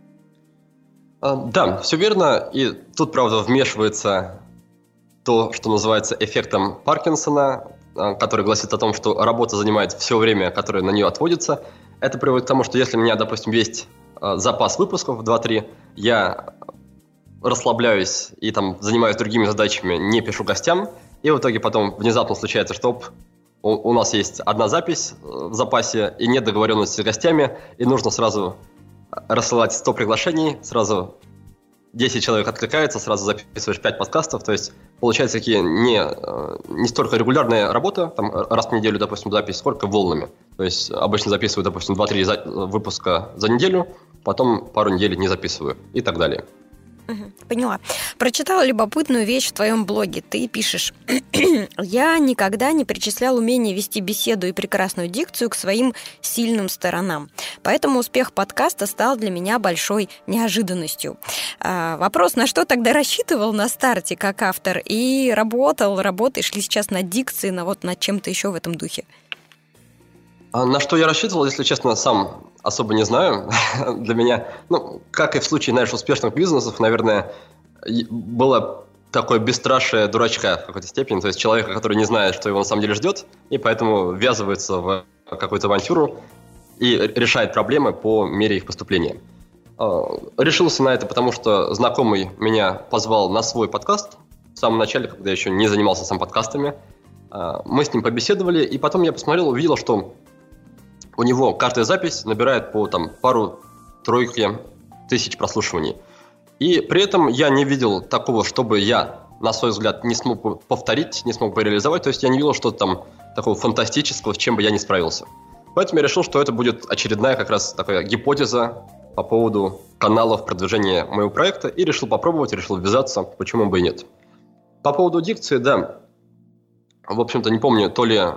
А, да, все верно. И тут, правда, вмешивается то, что называется эффектом Паркинсона, который гласит о том, что работа занимает все время, которое на нее отводится. Это приводит к тому, что если у меня, допустим, есть запас выпусков два-три, я расслабляюсь и там занимаюсь другими задачами, не пишу гостям, и в итоге потом внезапно случается, что у нас есть одна запись в запасе, и нет договоренности с гостями, и нужно сразу рассылать сто приглашений, сразу десять человек откликается, сразу записываешь пять подкастов, то есть получается такие не, не столько регулярная работа, там раз в неделю, допустим, запись, сколько волнами. То есть обычно записываю, допустим, два-три за, выпуска за неделю, потом пару недель не записываю и так далее. Поняла. Прочитала любопытную вещь в твоем блоге. Ты пишешь: «Я никогда не причислял умение вести беседу и прекрасную дикцию к своим сильным сторонам. Поэтому успех подкаста стал для меня большой неожиданностью». А, вопрос: на что тогда рассчитывал на старте как автор? И работал, работаешь ли сейчас над дикцией, на вот над чем-то еще в этом духе? А на что я рассчитывал, если честно, сам особо не знаю. Для меня, ну, как и в случае, знаешь, успешных бизнесов, наверное, было такое бесстрашие дурачка в какой-то степени, то есть человека, который не знает, что его на самом деле ждет, и поэтому ввязывается в какую-то авантюру и решает проблемы по мере их поступления. Решился на это, потому что знакомый меня позвал на свой подкаст в самом начале, когда я еще не занимался сам подкастами. Мы с ним побеседовали, и потом я посмотрел, увидел, что у него каждая запись набирает по там, пару-тройке тысяч прослушиваний. И при этом я не видел такого, чтобы я, на свой взгляд, не смог повторить, не смог бы реализовать. То есть я не видел что-то там такого фантастического, с чем бы я не справился. Поэтому я решил, что это будет очередная как раз такая гипотеза по поводу каналов продвижения моего проекта. И решил попробовать, решил ввязаться, почему бы и нет. По поводу дикции, да, в общем-то, не помню, то ли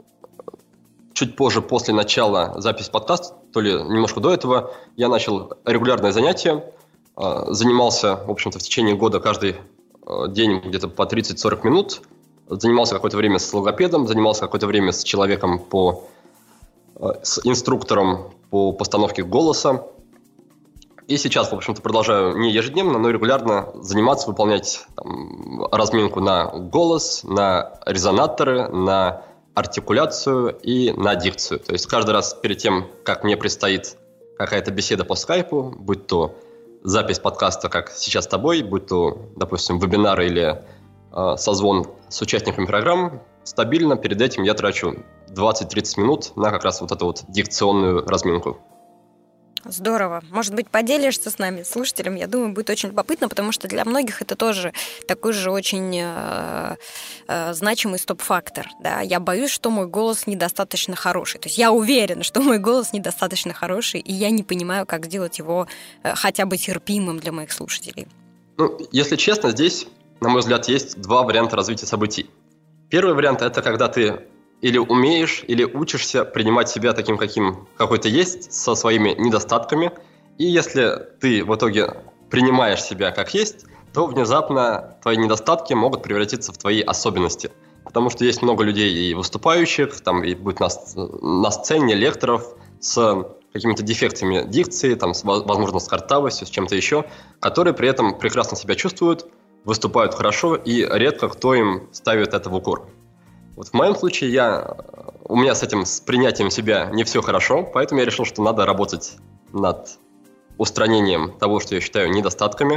чуть позже, после начала записи подкаста, то ли немножко до этого, я начал регулярное занятие. Занимался, в общем-то, в течение года каждый день где-то по тридцать-сорок минут. Занимался какое-то время с логопедом, занимался какое-то время с человеком по... с инструктором по постановке голоса. И сейчас, в общем-то, продолжаю не ежедневно, но регулярно заниматься, выполнять там, разминку на голос, на резонаторы, на артикуляцию и на дикцию. То есть каждый раз перед тем, как мне предстоит какая-то беседа по скайпу, будь то запись подкаста, как сейчас с тобой, будь то, допустим, вебинар или э, созвон с участниками программ, стабильно перед этим я трачу двадцать-тридцать минут на как раз вот эту вот дикционную разминку. Здорово. Может быть, поделишься с нами, слушателям? Я думаю, будет очень любопытно, потому что для многих это тоже такой же очень э, э, значимый стоп-фактор. Да? Я боюсь, что мой голос недостаточно хороший. То есть я уверена, что мой голос недостаточно хороший, и я не понимаю, как сделать его э, хотя бы терпимым для моих слушателей. Ну, если честно, здесь, на мой взгляд, есть два варианта развития событий. Первый вариант – это когда ты или умеешь, или учишься принимать себя таким, каким какой ты есть, со своими недостатками. И если ты в итоге принимаешь себя как есть, то внезапно твои недостатки могут превратиться в твои особенности. Потому что есть много людей и выступающих, там, и будет на, на сцене, лекторов с какими-то дефектами дикции, там, с, возможно, с картавостью, с чем-то еще, которые при этом прекрасно себя чувствуют, выступают хорошо, и редко кто им ставит это в укор. Вот в моем случае я, у меня с этим, с принятием себя не все хорошо, поэтому я решил, что надо работать над устранением того, что я считаю недостатками.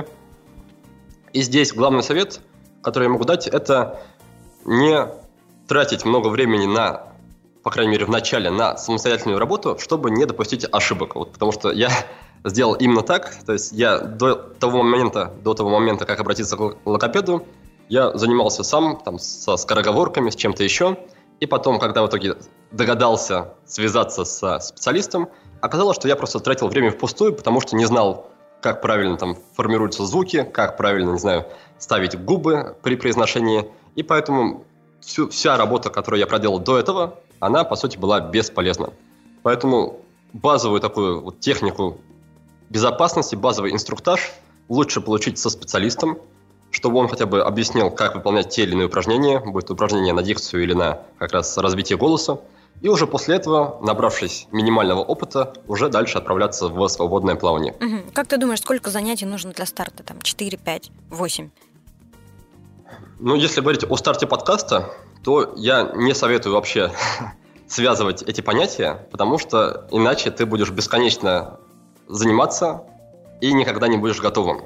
И здесь главный совет, который я могу дать, это не тратить много времени на, по крайней мере, в начале, на самостоятельную работу, чтобы не допустить ошибок. Вот, потому что я сделал именно так, то есть я до того момента, до того момента, как обратиться к логопеду, я занимался сам, там, со скороговорками, с чем-то еще. И потом, когда в итоге догадался связаться со специалистом, оказалось, что я просто тратил время впустую, потому что не знал, как правильно там формируются звуки, как правильно, не знаю, ставить губы при произношении. И поэтому всю, вся работа, которую я проделал до этого, она, по сути, была бесполезна. Поэтому базовую такую вот технику безопасности, базовый инструктаж лучше получить со специалистом, чтобы он хотя бы объяснил, как выполнять те или иные упражнения, будь то упражнения на дикцию или на как раз развитие голоса. И уже после этого, набравшись минимального опыта, уже дальше отправляться в свободное плавание. Угу. Как ты думаешь, сколько занятий нужно для старта? Там четыре, пять, восемь? Ну, если говорить о старте подкаста, то я не советую вообще связывать эти понятия, потому что иначе ты будешь бесконечно заниматься и никогда не будешь готовым.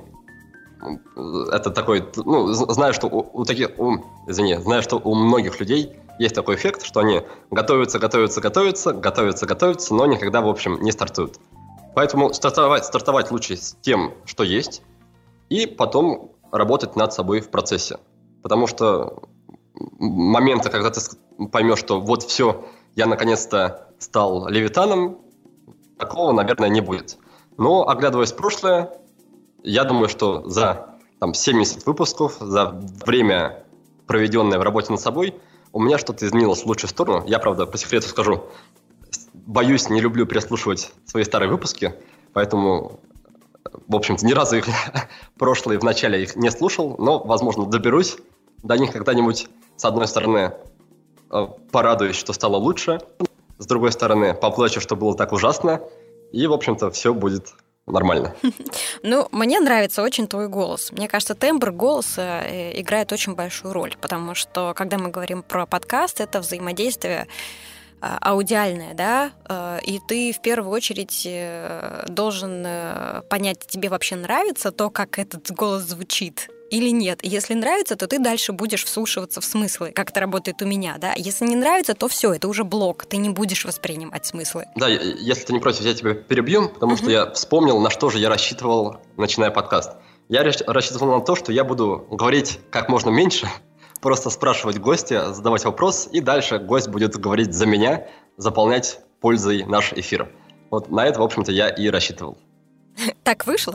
Это такой, ну, знаю, что у, у таких, у, извини, знаю, что у многих людей есть такой эффект, что они готовятся, готовятся, готовятся, готовятся, готовятся, но никогда, в общем, не стартуют. Поэтому стартовать, стартовать лучше с тем, что есть, и потом работать над собой в процессе. Потому что моменты, когда ты поймешь, что вот все, я наконец-то стал левитаном, такого, наверное, не будет. Но, оглядываясь в прошлое, я думаю, что за там, семьдесят выпусков, за время, проведенное в работе над собой, у меня что-то изменилось в лучшую сторону. Я, правда, по секрету скажу, боюсь, не люблю переслушивать свои старые выпуски, поэтому, в общем-то, ни разу их прошлые в начале их не слушал, но, возможно, доберусь до них когда-нибудь. С одной стороны, порадуюсь, что стало лучше, с другой стороны, поплачу, что было так ужасно, и, в общем-то, все будет нормально. Ну, мне нравится очень твой голос. Мне кажется, тембр голоса играет очень большую роль, потому что, когда мы говорим про подкаст, это взаимодействие аудиальное, да, и ты в первую очередь должен понять, тебе вообще нравится то, как этот голос звучит, или нет. Если нравится, то ты дальше будешь вслушиваться в смыслы, как это работает у меня, да. Если не нравится, то все, это уже блок, ты не будешь воспринимать смыслы. Да, если ты не против, я тебя перебью, потому uh-huh. что я вспомнил, на что же я рассчитывал, начиная подкаст. Я рассчитывал на то, что я буду говорить как можно меньше, просто спрашивать гостя, задавать вопрос, и дальше гость будет говорить за меня, заполнять пользой наш эфир. Вот на это, в общем-то, я и рассчитывал. Так вышло?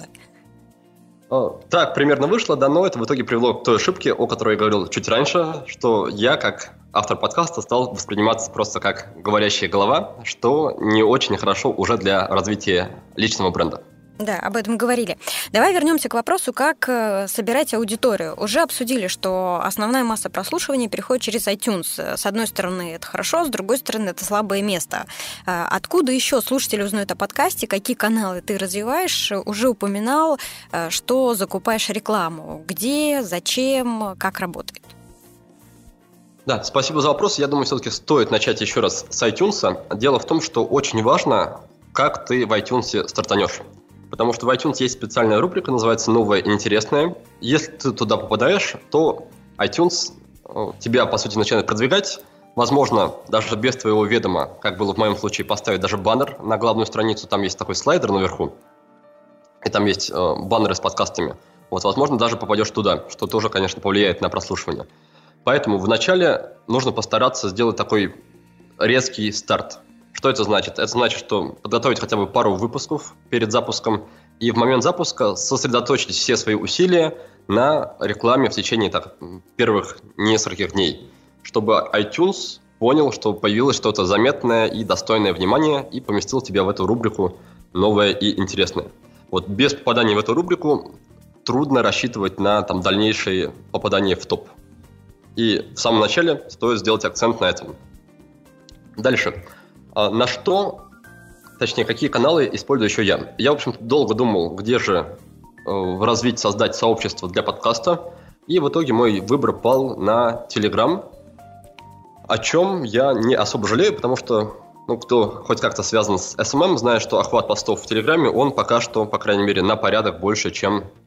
О, так примерно вышло, да, но это в итоге привело к той ошибке, о которой я говорил чуть раньше, что я, как автор подкаста, стал восприниматься просто как говорящая голова, что не очень хорошо уже для развития личного бренда. Да, об этом говорили. Давай вернемся к вопросу, как собирать аудиторию. Уже обсудили, что основная масса прослушивания переходит через iTunes. С одной стороны, это хорошо, с другой стороны, это слабое место. Откуда еще слушатели узнают о подкасте, какие каналы ты развиваешь? Уже упоминал, что закупаешь рекламу. Где, зачем, как работает? Да, спасибо за вопрос. Я думаю, все-таки стоит начать еще раз с iTunes. Дело в том, что очень важно, как ты в iTunes стартанешь. Потому что в iTunes есть специальная рубрика, называется «Новое и интересное». Если ты туда попадаешь, то iTunes тебя, по сути, начинает продвигать. Возможно, даже без твоего ведома, как было в моем случае, поставить даже баннер на главную страницу. Там есть такой слайдер наверху, и там есть э, баннеры с подкастами. Вот, возможно, даже попадешь туда, что тоже, конечно, повлияет на прослушивание. Поэтому вначале нужно постараться сделать такой резкий старт. Что это значит? Это значит, что подготовить хотя бы пару выпусков перед запуском и в момент запуска сосредоточить все свои усилия на рекламе в течение так, первых нескольких дней, чтобы iTunes понял, что появилось что-то заметное и достойное внимания и поместил тебя в эту рубрику «Новое и интересное». Вот без попадания в эту рубрику трудно рассчитывать на там, дальнейшее попадание в топ. И в самом начале стоит сделать акцент на этом. Дальше. На что, точнее, какие каналы использую еще я? Я, в общем-то, долго думал, где же э, развить, создать сообщество для подкаста. И в итоге мой выбор пал на Telegram, о чем я не особо жалею, потому что, ну, кто хоть как-то связан с эс эм эм, знает, что охват постов в Телеграме, он пока что, по крайней мере, на порядок больше, чем э,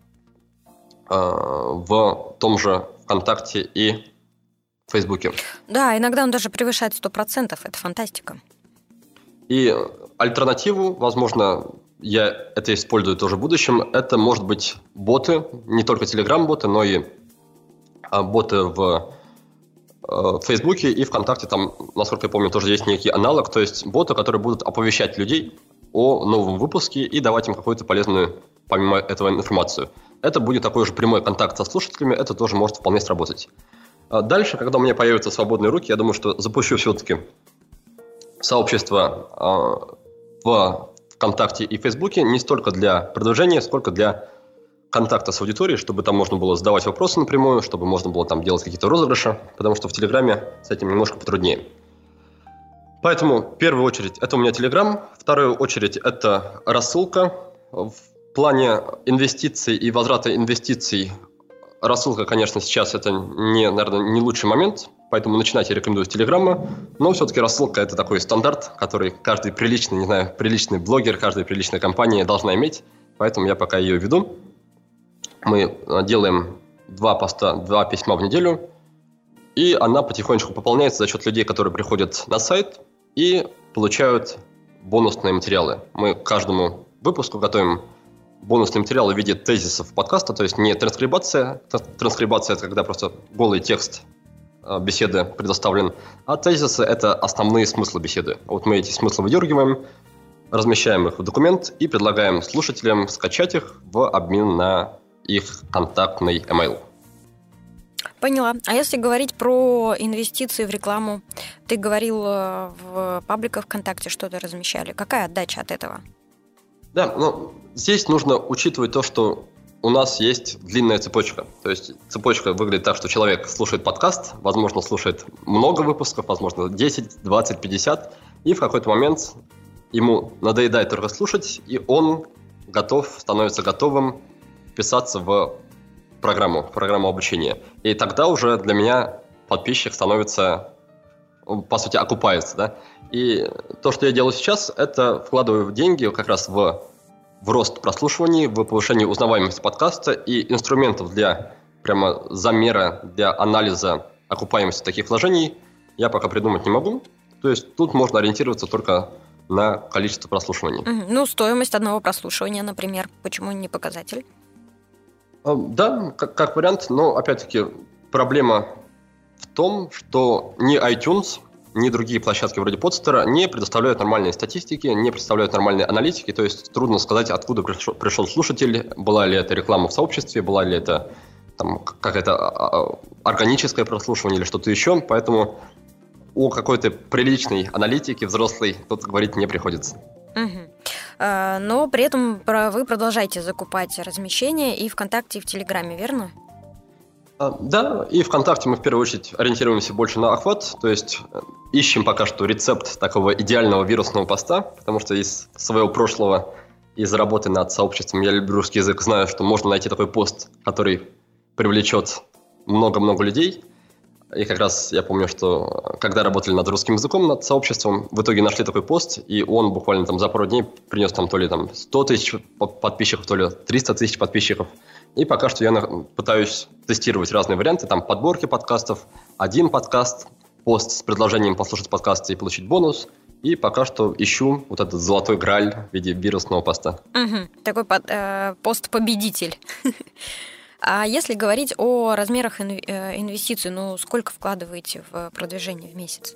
в том же ВКонтакте и Фейсбуке. Да, иногда он даже превышает сто процентов, это фантастика. И альтернативу, возможно, я это использую тоже в будущем, это, может быть, боты, не только Telegram-боты, но и боты в Фейсбуке и ВКонтакте. Там, насколько я помню, тоже есть некий аналог, то есть боты, которые будут оповещать людей о новом выпуске и давать им какую-то полезную, помимо этого, информацию. Это будет такой же прямой контакт со слушателями, это тоже может вполне сработать. Дальше, когда у меня появятся свободные руки, я думаю, что запущу все-таки сообщество э, в ВКонтакте и Фейсбуке не столько для продвижения, сколько для контакта с аудиторией, чтобы там можно было задавать вопросы напрямую, чтобы можно было там делать какие-то розыгрыши, потому что в Телеграме с этим немножко потруднее. Поэтому в первую очередь это у меня Телеграм, в вторую очередь это рассылка. В плане инвестиций и возврата инвестиций рассылка, конечно, сейчас это не, наверное, не лучший момент, поэтому начинать я рекомендую с Телеграма, но все-таки рассылка – это такой стандарт, который каждый приличный, не знаю, приличный блогер, каждая приличная компания должна иметь, поэтому я пока ее веду. Мы делаем два поста, два письма в неделю, и она потихонечку пополняется за счет людей, которые приходят на сайт и получают бонусные материалы. Мы к каждому выпуску готовим бонусные материалы в виде тезисов подкаста, то есть не транскрибация, транскрибация – это когда просто голый текст беседы предоставлен, а тезисы – это основные смыслы беседы. Вот мы эти смыслы выдергиваем, размещаем их в документ и предлагаем слушателям скачать их в обмен на их контактный email. Поняла. А если говорить про инвестиции в рекламу, ты говорил, в пабликах ВКонтакте что-то размещали. Какая отдача от этого? Да, ну, здесь нужно учитывать то, что у нас есть длинная цепочка. То есть цепочка выглядит так, что человек слушает подкаст, возможно, слушает много выпусков, возможно, десять, двадцать, пятьдесят, и в какой-то момент ему надоедает только слушать, и он готов, становится готовым вписаться в программу, в программу обучения. И тогда уже для меня подписчик становится, по сути, окупается, да. И то, что я делаю сейчас, это вкладываю деньги как раз в в рост прослушиваний, в повышение узнаваемости подкаста и инструментов для прямо замера для анализа окупаемости таких вложений я пока придумать не могу. То есть тут можно ориентироваться только на количество прослушиваний. Угу. Ну, стоимость одного прослушивания, например, почему не показатель? Да, как, как вариант, но опять-таки проблема в том, что ни iTunes, ни другие площадки вроде Podster не предоставляют нормальные статистики, не представляют нормальные аналитики, то есть трудно сказать, откуда пришел, пришел слушатель, была ли это реклама в сообществе, была ли это там, какое-то органическое прослушивание или что-то еще, поэтому о какой-то приличной аналитике взрослой тут говорить не приходится. Угу. А, но при этом вы продолжаете закупать размещения и ВКонтакте, и в Телеграме, верно? А, да, и ВКонтакте мы в первую очередь ориентируемся больше на охват, то есть ищем пока что рецепт такого идеального вирусного поста, потому что из своего прошлого, из работы над сообществом «Я люблю русский язык» знаю, что можно найти такой пост, который привлечет много-много людей. И как раз я помню, что когда работали над русским языком, над сообществом, в итоге нашли такой пост, и он буквально там за пару дней принес там то ли там сто тысяч подписчиков, то ли триста тысяч подписчиков. И пока что я пытаюсь тестировать разные варианты, там подборки подкастов, один подкаст, пост с предложением послушать подкасты и получить бонус. И пока что ищу вот этот золотой грааль в виде вирусного поста. Угу. Такой под, э, пост-победитель. А если говорить о размерах инвестиций, ну сколько вкладываете в продвижение в месяц?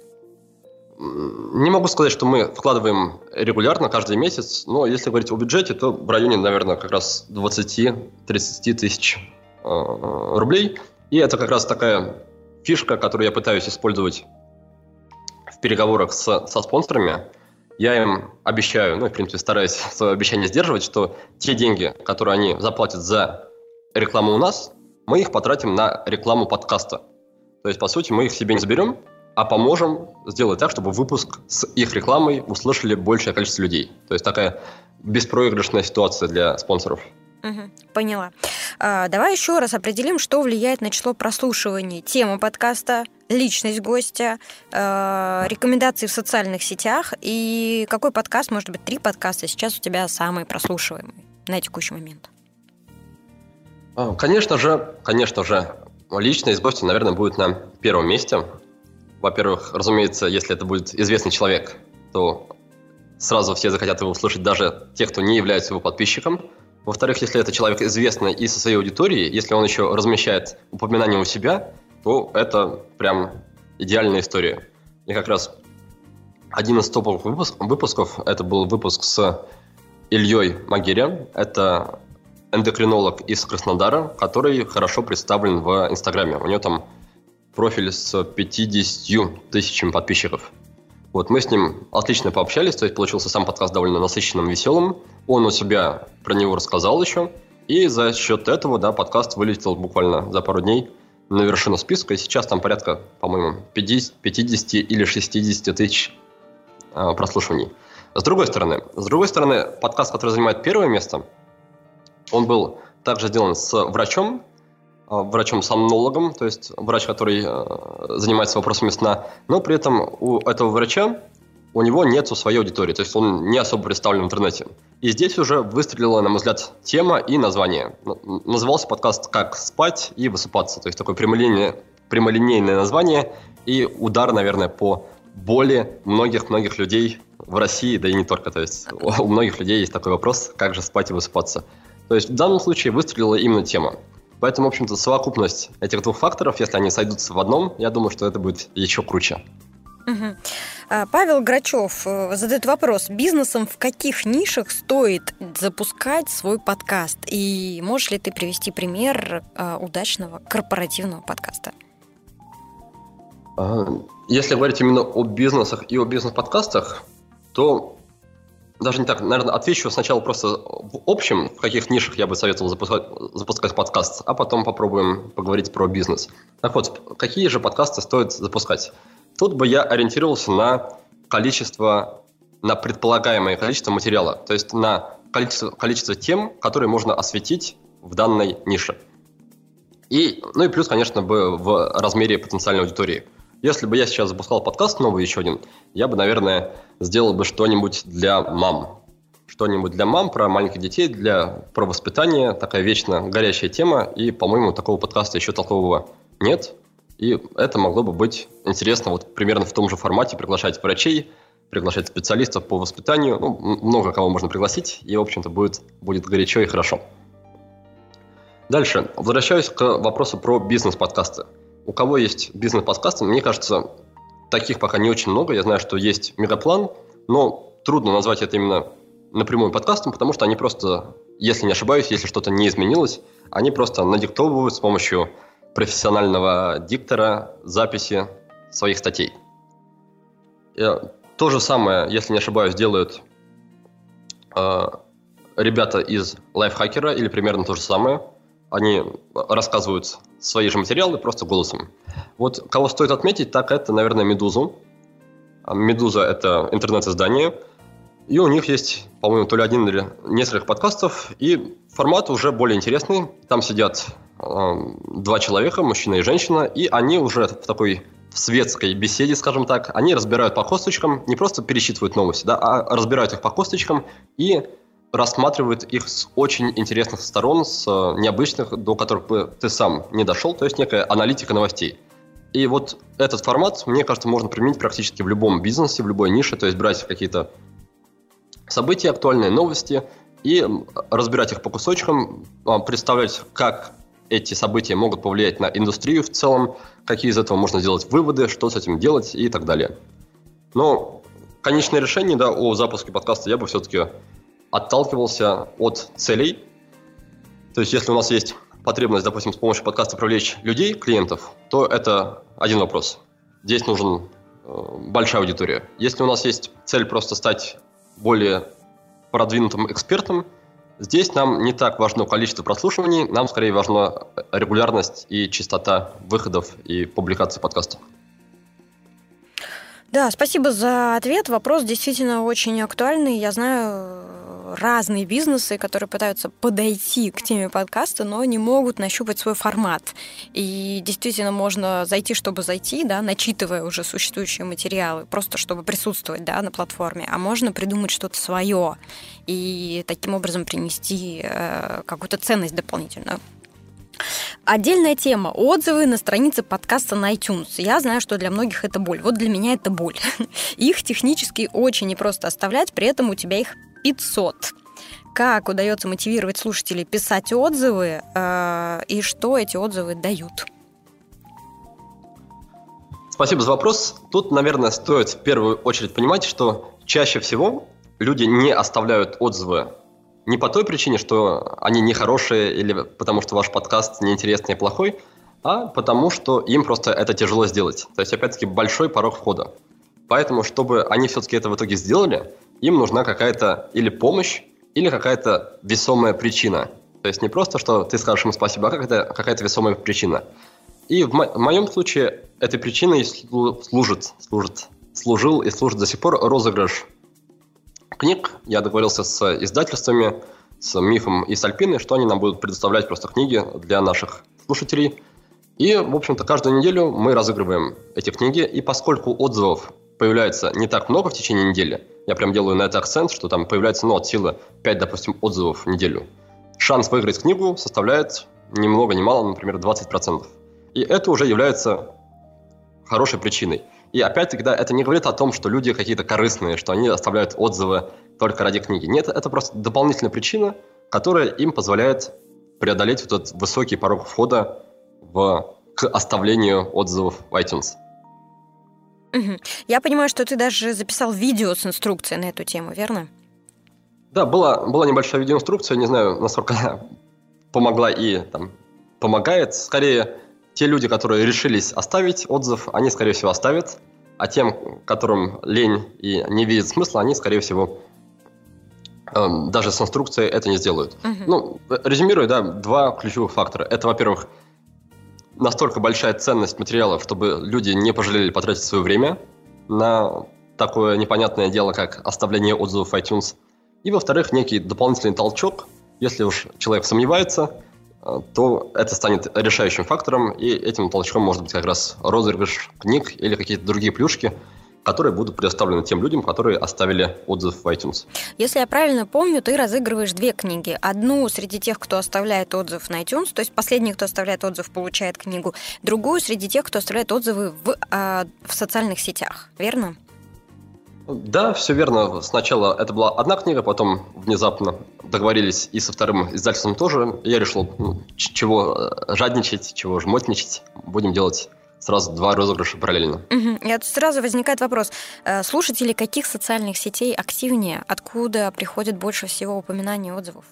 Не могу сказать, что мы вкладываем регулярно, каждый месяц, но если говорить о бюджете, то в районе, наверное, как раз двадцать-тридцать тысяч э, рублей. И это как раз такая фишка, которую я пытаюсь использовать в переговорах с, со спонсорами. Я им обещаю, ну, в принципе, стараюсь свое обещание сдерживать, что те деньги, которые они заплатят за рекламу у нас, мы их потратим на рекламу подкаста. То есть, по сути, мы их себе не заберем, а поможем сделать так, чтобы выпуск с их рекламой услышали большее количество людей. То есть, такая беспроигрышная ситуация для спонсоров. Угу, поняла. А, давай еще раз определим, что влияет на число прослушиваний. Тема подкаста, личность гостя, э, рекомендации в социальных сетях и какой подкаст, может быть, три подкаста сейчас у тебя самые прослушиваемые на текущий момент? Конечно же, конечно же, личность гостя, наверное, будет на первом месте. Во-первых, разумеется, если это будет известный человек, то сразу все захотят его услышать, даже те, кто не является его подписчиком. Во-вторых, если это человек известный и со своей аудиторией, если он еще размещает упоминания у себя, то это прям идеальная история. И как раз один из топовых выпуск, выпусков, это был выпуск с Ильей Магиря. Это эндокринолог из Краснодара, который хорошо представлен в Инстаграме. У него там профиль с пятьюдесятью тысячами подписчиков. Вот, мы с ним отлично пообщались, то есть получился сам подкаст довольно насыщенным, веселым. Он у себя про него рассказал еще, и за счет этого, да, подкаст вылетел буквально за пару дней на вершину списка, и сейчас там порядка, по-моему, пятьдесят, пятьдесят или шестьдесят тысяч э, прослушиваний. С другой стороны, с другой стороны, подкаст, который занимает первое место, он был также сделан с врачом, врачом-сомнологом, то есть врач, который э, занимается вопросами сна, но при этом у этого врача, у него нет своей аудитории, то есть он не особо представлен в интернете. И здесь уже выстрелила, на мой взгляд, тема и название. Назывался подкаст «Как спать и высыпаться», то есть такое прямолинейное, прямолинейное название и удар, наверное, по боли многих-многих людей в России, да и не только. То есть у многих людей есть такой вопрос, как же спать и высыпаться. То есть в данном случае выстрелила именно тема. Поэтому, в общем-то, совокупность этих двух факторов, если они сойдутся в одном, я думаю, что это будет еще круче. Угу. Павел Грачев задает вопрос: бизнесом в каких нишах стоит запускать свой подкаст? И можешь ли ты привести пример удачного корпоративного подкаста? Если говорить именно о бизнесах и о бизнес-подкастах, то даже не так, наверное, отвечу сначала просто в общем, в каких нишах я бы советовал запускать, запускать подкаст, а потом попробуем поговорить про бизнес. Так вот, какие же подкасты стоит запускать? Тут бы я ориентировался на количество, на предполагаемое количество материала, то есть на количество, количество тем, которые можно осветить в данной нише. И, ну и плюс, конечно, бы в размере потенциальной аудитории. Если бы я сейчас запускал подкаст новый еще один, я бы, наверное, сделал бы что-нибудь для мам. что-нибудь для мам, про маленьких детей, для, про воспитание. Такая вечно горячая тема. И, по-моему, такого подкаста еще толкового нет. И это могло бы быть интересно вот примерно в том же формате. Приглашать врачей, приглашать специалистов по воспитанию. Ну, много кого можно пригласить. И, в общем-то, будет, будет горячо и хорошо. Дальше. Возвращаюсь к вопросу про бизнес-подкасты. У кого есть бизнес-подкасты, мне кажется, таких пока не очень много. Я знаю, что есть Мегаплан, но трудно назвать это именно напрямую подкастом, потому что они просто, если не ошибаюсь, если что-то не изменилось, они просто надиктовывают с помощью профессионального диктора записи своих статей. И то же самое, если не ошибаюсь, делают э, ребята из Лайфхакера, или примерно то же самое. Они рассказывают свои же материалы просто голосом. Вот кого стоит отметить, так это, наверное, Медузу. Медуза – это интернет-издание. И у них есть, по-моему, то ли один или несколько подкастов. И формат уже более интересный. Там сидят э, два человека, мужчина и женщина. И они уже в такой в светской беседе, скажем так, они разбирают по косточкам, не просто пересчитывают новости, да, а разбирают их по косточкам и рассматривают их с очень интересных сторон, с необычных, до которых бы ты сам не дошел, то есть некая аналитика новостей. И вот этот формат, мне кажется, можно применить практически в любом бизнесе, в любой нише, то есть брать какие-то события, актуальные новости и разбирать их по кусочкам, представлять, как эти события могут повлиять на индустрию в целом, какие из этого можно сделать выводы, что с этим делать и так далее. Но конечное решение, да, о запуске подкаста я бы все-таки отталкивался от целей. То есть, если у нас есть потребность, допустим, с помощью подкаста привлечь людей, клиентов, то это один вопрос. Здесь нужен э, большая аудитория. Если у нас есть цель просто стать более продвинутым экспертом, здесь нам не так важно количество прослушиваний, нам скорее важна регулярность и частота выходов и публикаций подкастов. Да, спасибо за ответ. Вопрос действительно очень актуальный. Я знаю разные бизнесы, которые пытаются подойти к теме подкаста, но не могут нащупать свой формат. И действительно можно зайти, чтобы зайти, да, начитывая уже существующие материалы, просто чтобы присутствовать, да, на платформе. А можно придумать что-то свое и таким образом принести э, какую-то ценность дополнительную. Отдельная тема – отзывы на странице подкаста на iTunes. Я знаю, что для многих это боль. Вот для меня это боль. Их технически очень непросто оставлять, при этом у тебя их пятьсот. Как удается мотивировать слушателей писать отзывы э, и что эти отзывы дают? Спасибо за вопрос. Тут, наверное, стоит в первую очередь понимать, что чаще всего люди не оставляют отзывы не по той причине, что они нехорошие или потому что ваш подкаст неинтересный и плохой, а потому что им просто это тяжело сделать. То есть, опять-таки, большой порог входа. Поэтому, чтобы они все-таки это в итоге сделали, им нужна какая-то или помощь, или какая-то весомая причина. То есть не просто, что ты скажешь им спасибо, а какая-то, какая-то весомая причина. И в, мо- в моем случае этой причиной служит, служит, служил и служит до сих пор розыгрыш книг. Я договорился с издательствами, с Мифом и с Альпиной, что они нам будут предоставлять просто книги для наших слушателей. И, в общем-то, каждую неделю мы разыгрываем эти книги. И поскольку отзывов появляется не так много в течение недели, я прям делаю на это акцент, что там появляется, ну, от силы пять, допустим, отзывов в неделю, шанс выиграть книгу составляет ни много ни мало, например, двадцать процентов. И это уже является хорошей причиной. И опять-таки, да, это не говорит о том, что люди какие-то корыстные, что они оставляют отзывы только ради книги. Нет, это просто дополнительная причина, которая им позволяет преодолеть вот этот высокий порог входа в, к оставлению отзывов в iTunes. Угу. Я понимаю, что ты даже записал видео с инструкцией на эту тему, верно? Да, была, была небольшая видеоинструкция, не знаю, насколько она помогла и там, помогает. Скорее, те люди, которые решились оставить отзыв, они, скорее всего, оставят. А тем, которым лень и не видят смысла, они, скорее всего, э, даже с инструкцией это не сделают. Uh-huh. Ну, резюмируя, да, два ключевых фактора. Это, во-первых, настолько большая ценность материалов, чтобы люди не пожалели потратить свое время на такое непонятное дело, как оставление отзывов в iTunes. И, во-вторых, некий дополнительный толчок. Если уж человек сомневается, то это станет решающим фактором, и этим толчком может быть как раз розыгрыш книг или какие-то другие плюшки. которые будут предоставлены тем людям, которые оставили отзыв в iTunes. Если я правильно помню, ты разыгрываешь две книги. Одну среди тех, кто оставляет отзыв на iTunes, то есть последний, кто оставляет отзыв, получает книгу. Другую среди тех, кто оставляет отзывы в, а, в социальных сетях. Верно? Да, все верно. Сначала это была одна книга, потом внезапно договорились и со вторым издательством тоже. Я решил, ну, чего жадничать, чего жмотничать. Будем делать сразу два розыгрыша параллельно. Угу. И сразу возникает вопрос. Слушатели каких социальных сетей активнее? Откуда приходит больше всего упоминаний и отзывов?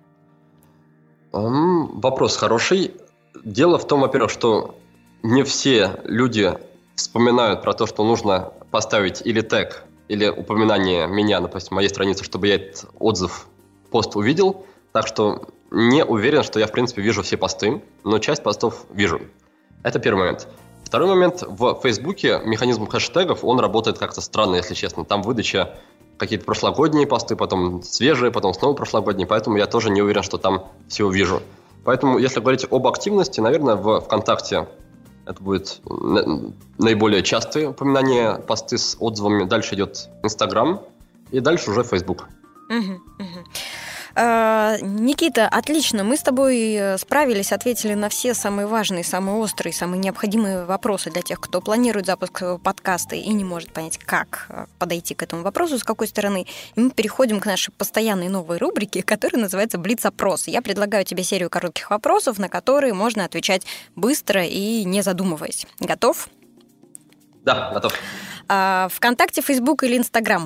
Um, вопрос хороший. Дело в том, во-первых, что не все люди вспоминают про то, что нужно поставить или тег, или упоминание меня, допустим, моей страницы, чтобы я этот отзыв, пост увидел. Так что не уверен, что я, в принципе, вижу все посты, но часть постов вижу. Это первый момент. Второй момент. В Фейсбуке механизм хэштегов, он работает как-то странно, если честно. Там выдача какие-то прошлогодние посты, потом свежие, потом снова прошлогодние, поэтому я тоже не уверен, что там все увижу. Поэтому, если говорить об активности, наверное, в ВКонтакте это будет наиболее частые упоминания, посты с отзывами. Дальше идет Инстаграм и дальше уже Фейсбук. Угу, угу. А, Никита, отлично, мы с тобой справились, ответили на все самые важные, самые острые, самые необходимые вопросы для тех, кто планирует запуск подкаста и не может понять, как подойти к этому вопросу, с какой стороны. И мы переходим к нашей постоянной новой рубрике, которая называется «Блиц-опрос». Я предлагаю тебе серию коротких вопросов, на которые можно отвечать быстро и не задумываясь. Готов? Да, готов. А, ВКонтакте, Фейсбук или Инстаграм?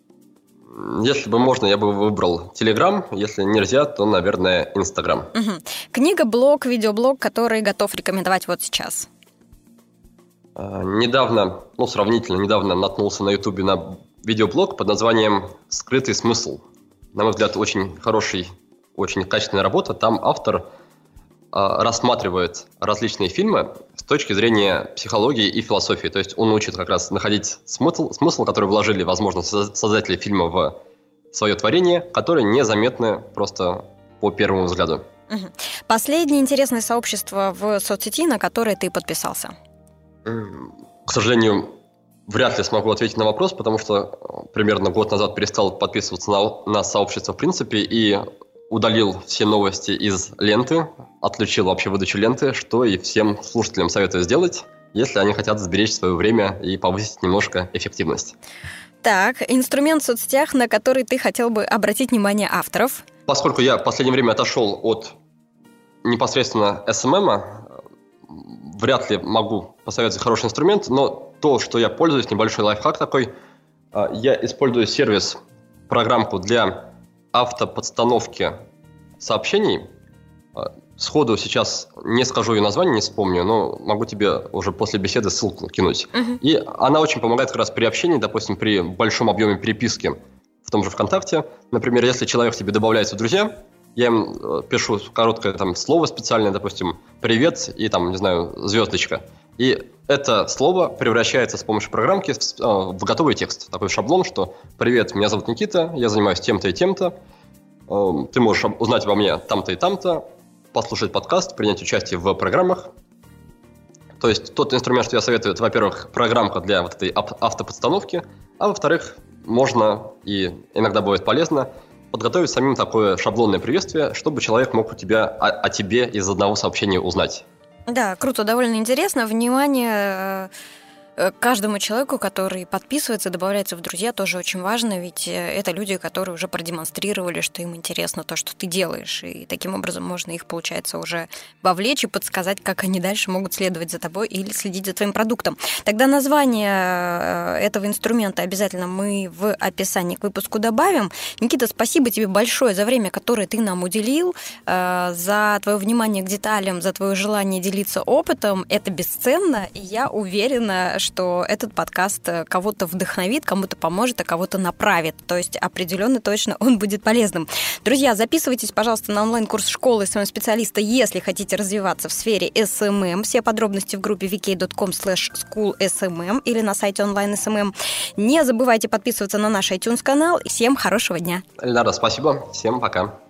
Если бы можно, я бы выбрал Телеграм. Если нельзя, то, наверное, Инстаграм. Угу. Книга, блог, видеоблог, который готов рекомендовать вот сейчас? А, недавно, ну, сравнительно недавно наткнулся на Ютубе на видеоблог под названием «Скрытый смысл». На мой взгляд, очень хороший, очень качественная работа. Там автор а, рассматривает различные фильмы с точки зрения психологии и философии. То есть он учит как раз находить смысл, смысл который вложили, возможно, создатели фильма в свое творение, которые незаметны просто по первому взгляду. Угу. Последнее интересное сообщество в соцсети, на которое ты подписался? К сожалению, вряд ли смогу ответить на вопрос, потому что примерно год назад перестал подписываться на, на сообщество в принципе и удалил все новости из ленты, отключил вообще выдачу ленты, что и всем слушателям советую сделать, если они хотят сберечь свое время и повысить немножко эффективность. Так, инструмент в соцсетях, на который ты хотел бы обратить внимание авторов? Поскольку я в последнее время отошел от непосредственно эс эм эм, вряд ли могу посоветовать хороший инструмент, но то, что я пользуюсь, небольшой лайфхак такой, я использую сервис, программку для автоподстановки сообщений. Сходу сейчас не скажу ее название, не вспомню, но могу тебе уже после беседы ссылку кинуть. Uh-huh. И она очень помогает как раз при общении, допустим, при большом объеме переписки в том же ВКонтакте. Например, если человек тебе добавляется в друзья, я им пишу короткое там слово специальное, допустим, «привет» и там, не знаю, звездочка. И это слово превращается с помощью программки в готовый текст. Такой шаблон, что «Привет, меня зовут Никита, я занимаюсь тем-то и тем-то. Ты можешь узнать обо мне там-то и там-то, послушать подкаст, принять участие в программах». То есть тот инструмент, что я советую, это, во-первых, программка для вот этой автоподстановки, а во-вторых, можно и иногда бывает полезно подготовить самим такое шаблонное приветствие, чтобы человек мог у тебя о, о тебе из одного сообщения узнать. Да, круто, довольно интересно. Внимание каждому человеку, который подписывается, добавляется в друзья, тоже очень важно, ведь это люди, которые уже продемонстрировали, что им интересно то, что ты делаешь, и таким образом можно их, получается, уже вовлечь и подсказать, как они дальше могут следовать за тобой или следить за твоим продуктом. Тогда название этого инструмента обязательно мы в описании к выпуску добавим. Никита, спасибо тебе большое за время, которое ты нам уделил, за твое внимание к деталям, за твое желание делиться опытом. Это бесценно, и я уверена, что этот подкаст кого-то вдохновит, кому-то поможет, а кого-то направит. То есть определенно точно он будет полезным. Друзья, записывайтесь, пожалуйста, на онлайн-курс школы эс эм эм-специалиста, если хотите развиваться в сфере эс эм эм. Все подробности в группе ви кей точка ком слэш скул эс эм эм или на сайте онлайн эс эм эм. Не забывайте подписываться на наш iTunes-канал. Всем хорошего дня. Эльнара, спасибо. Всем пока.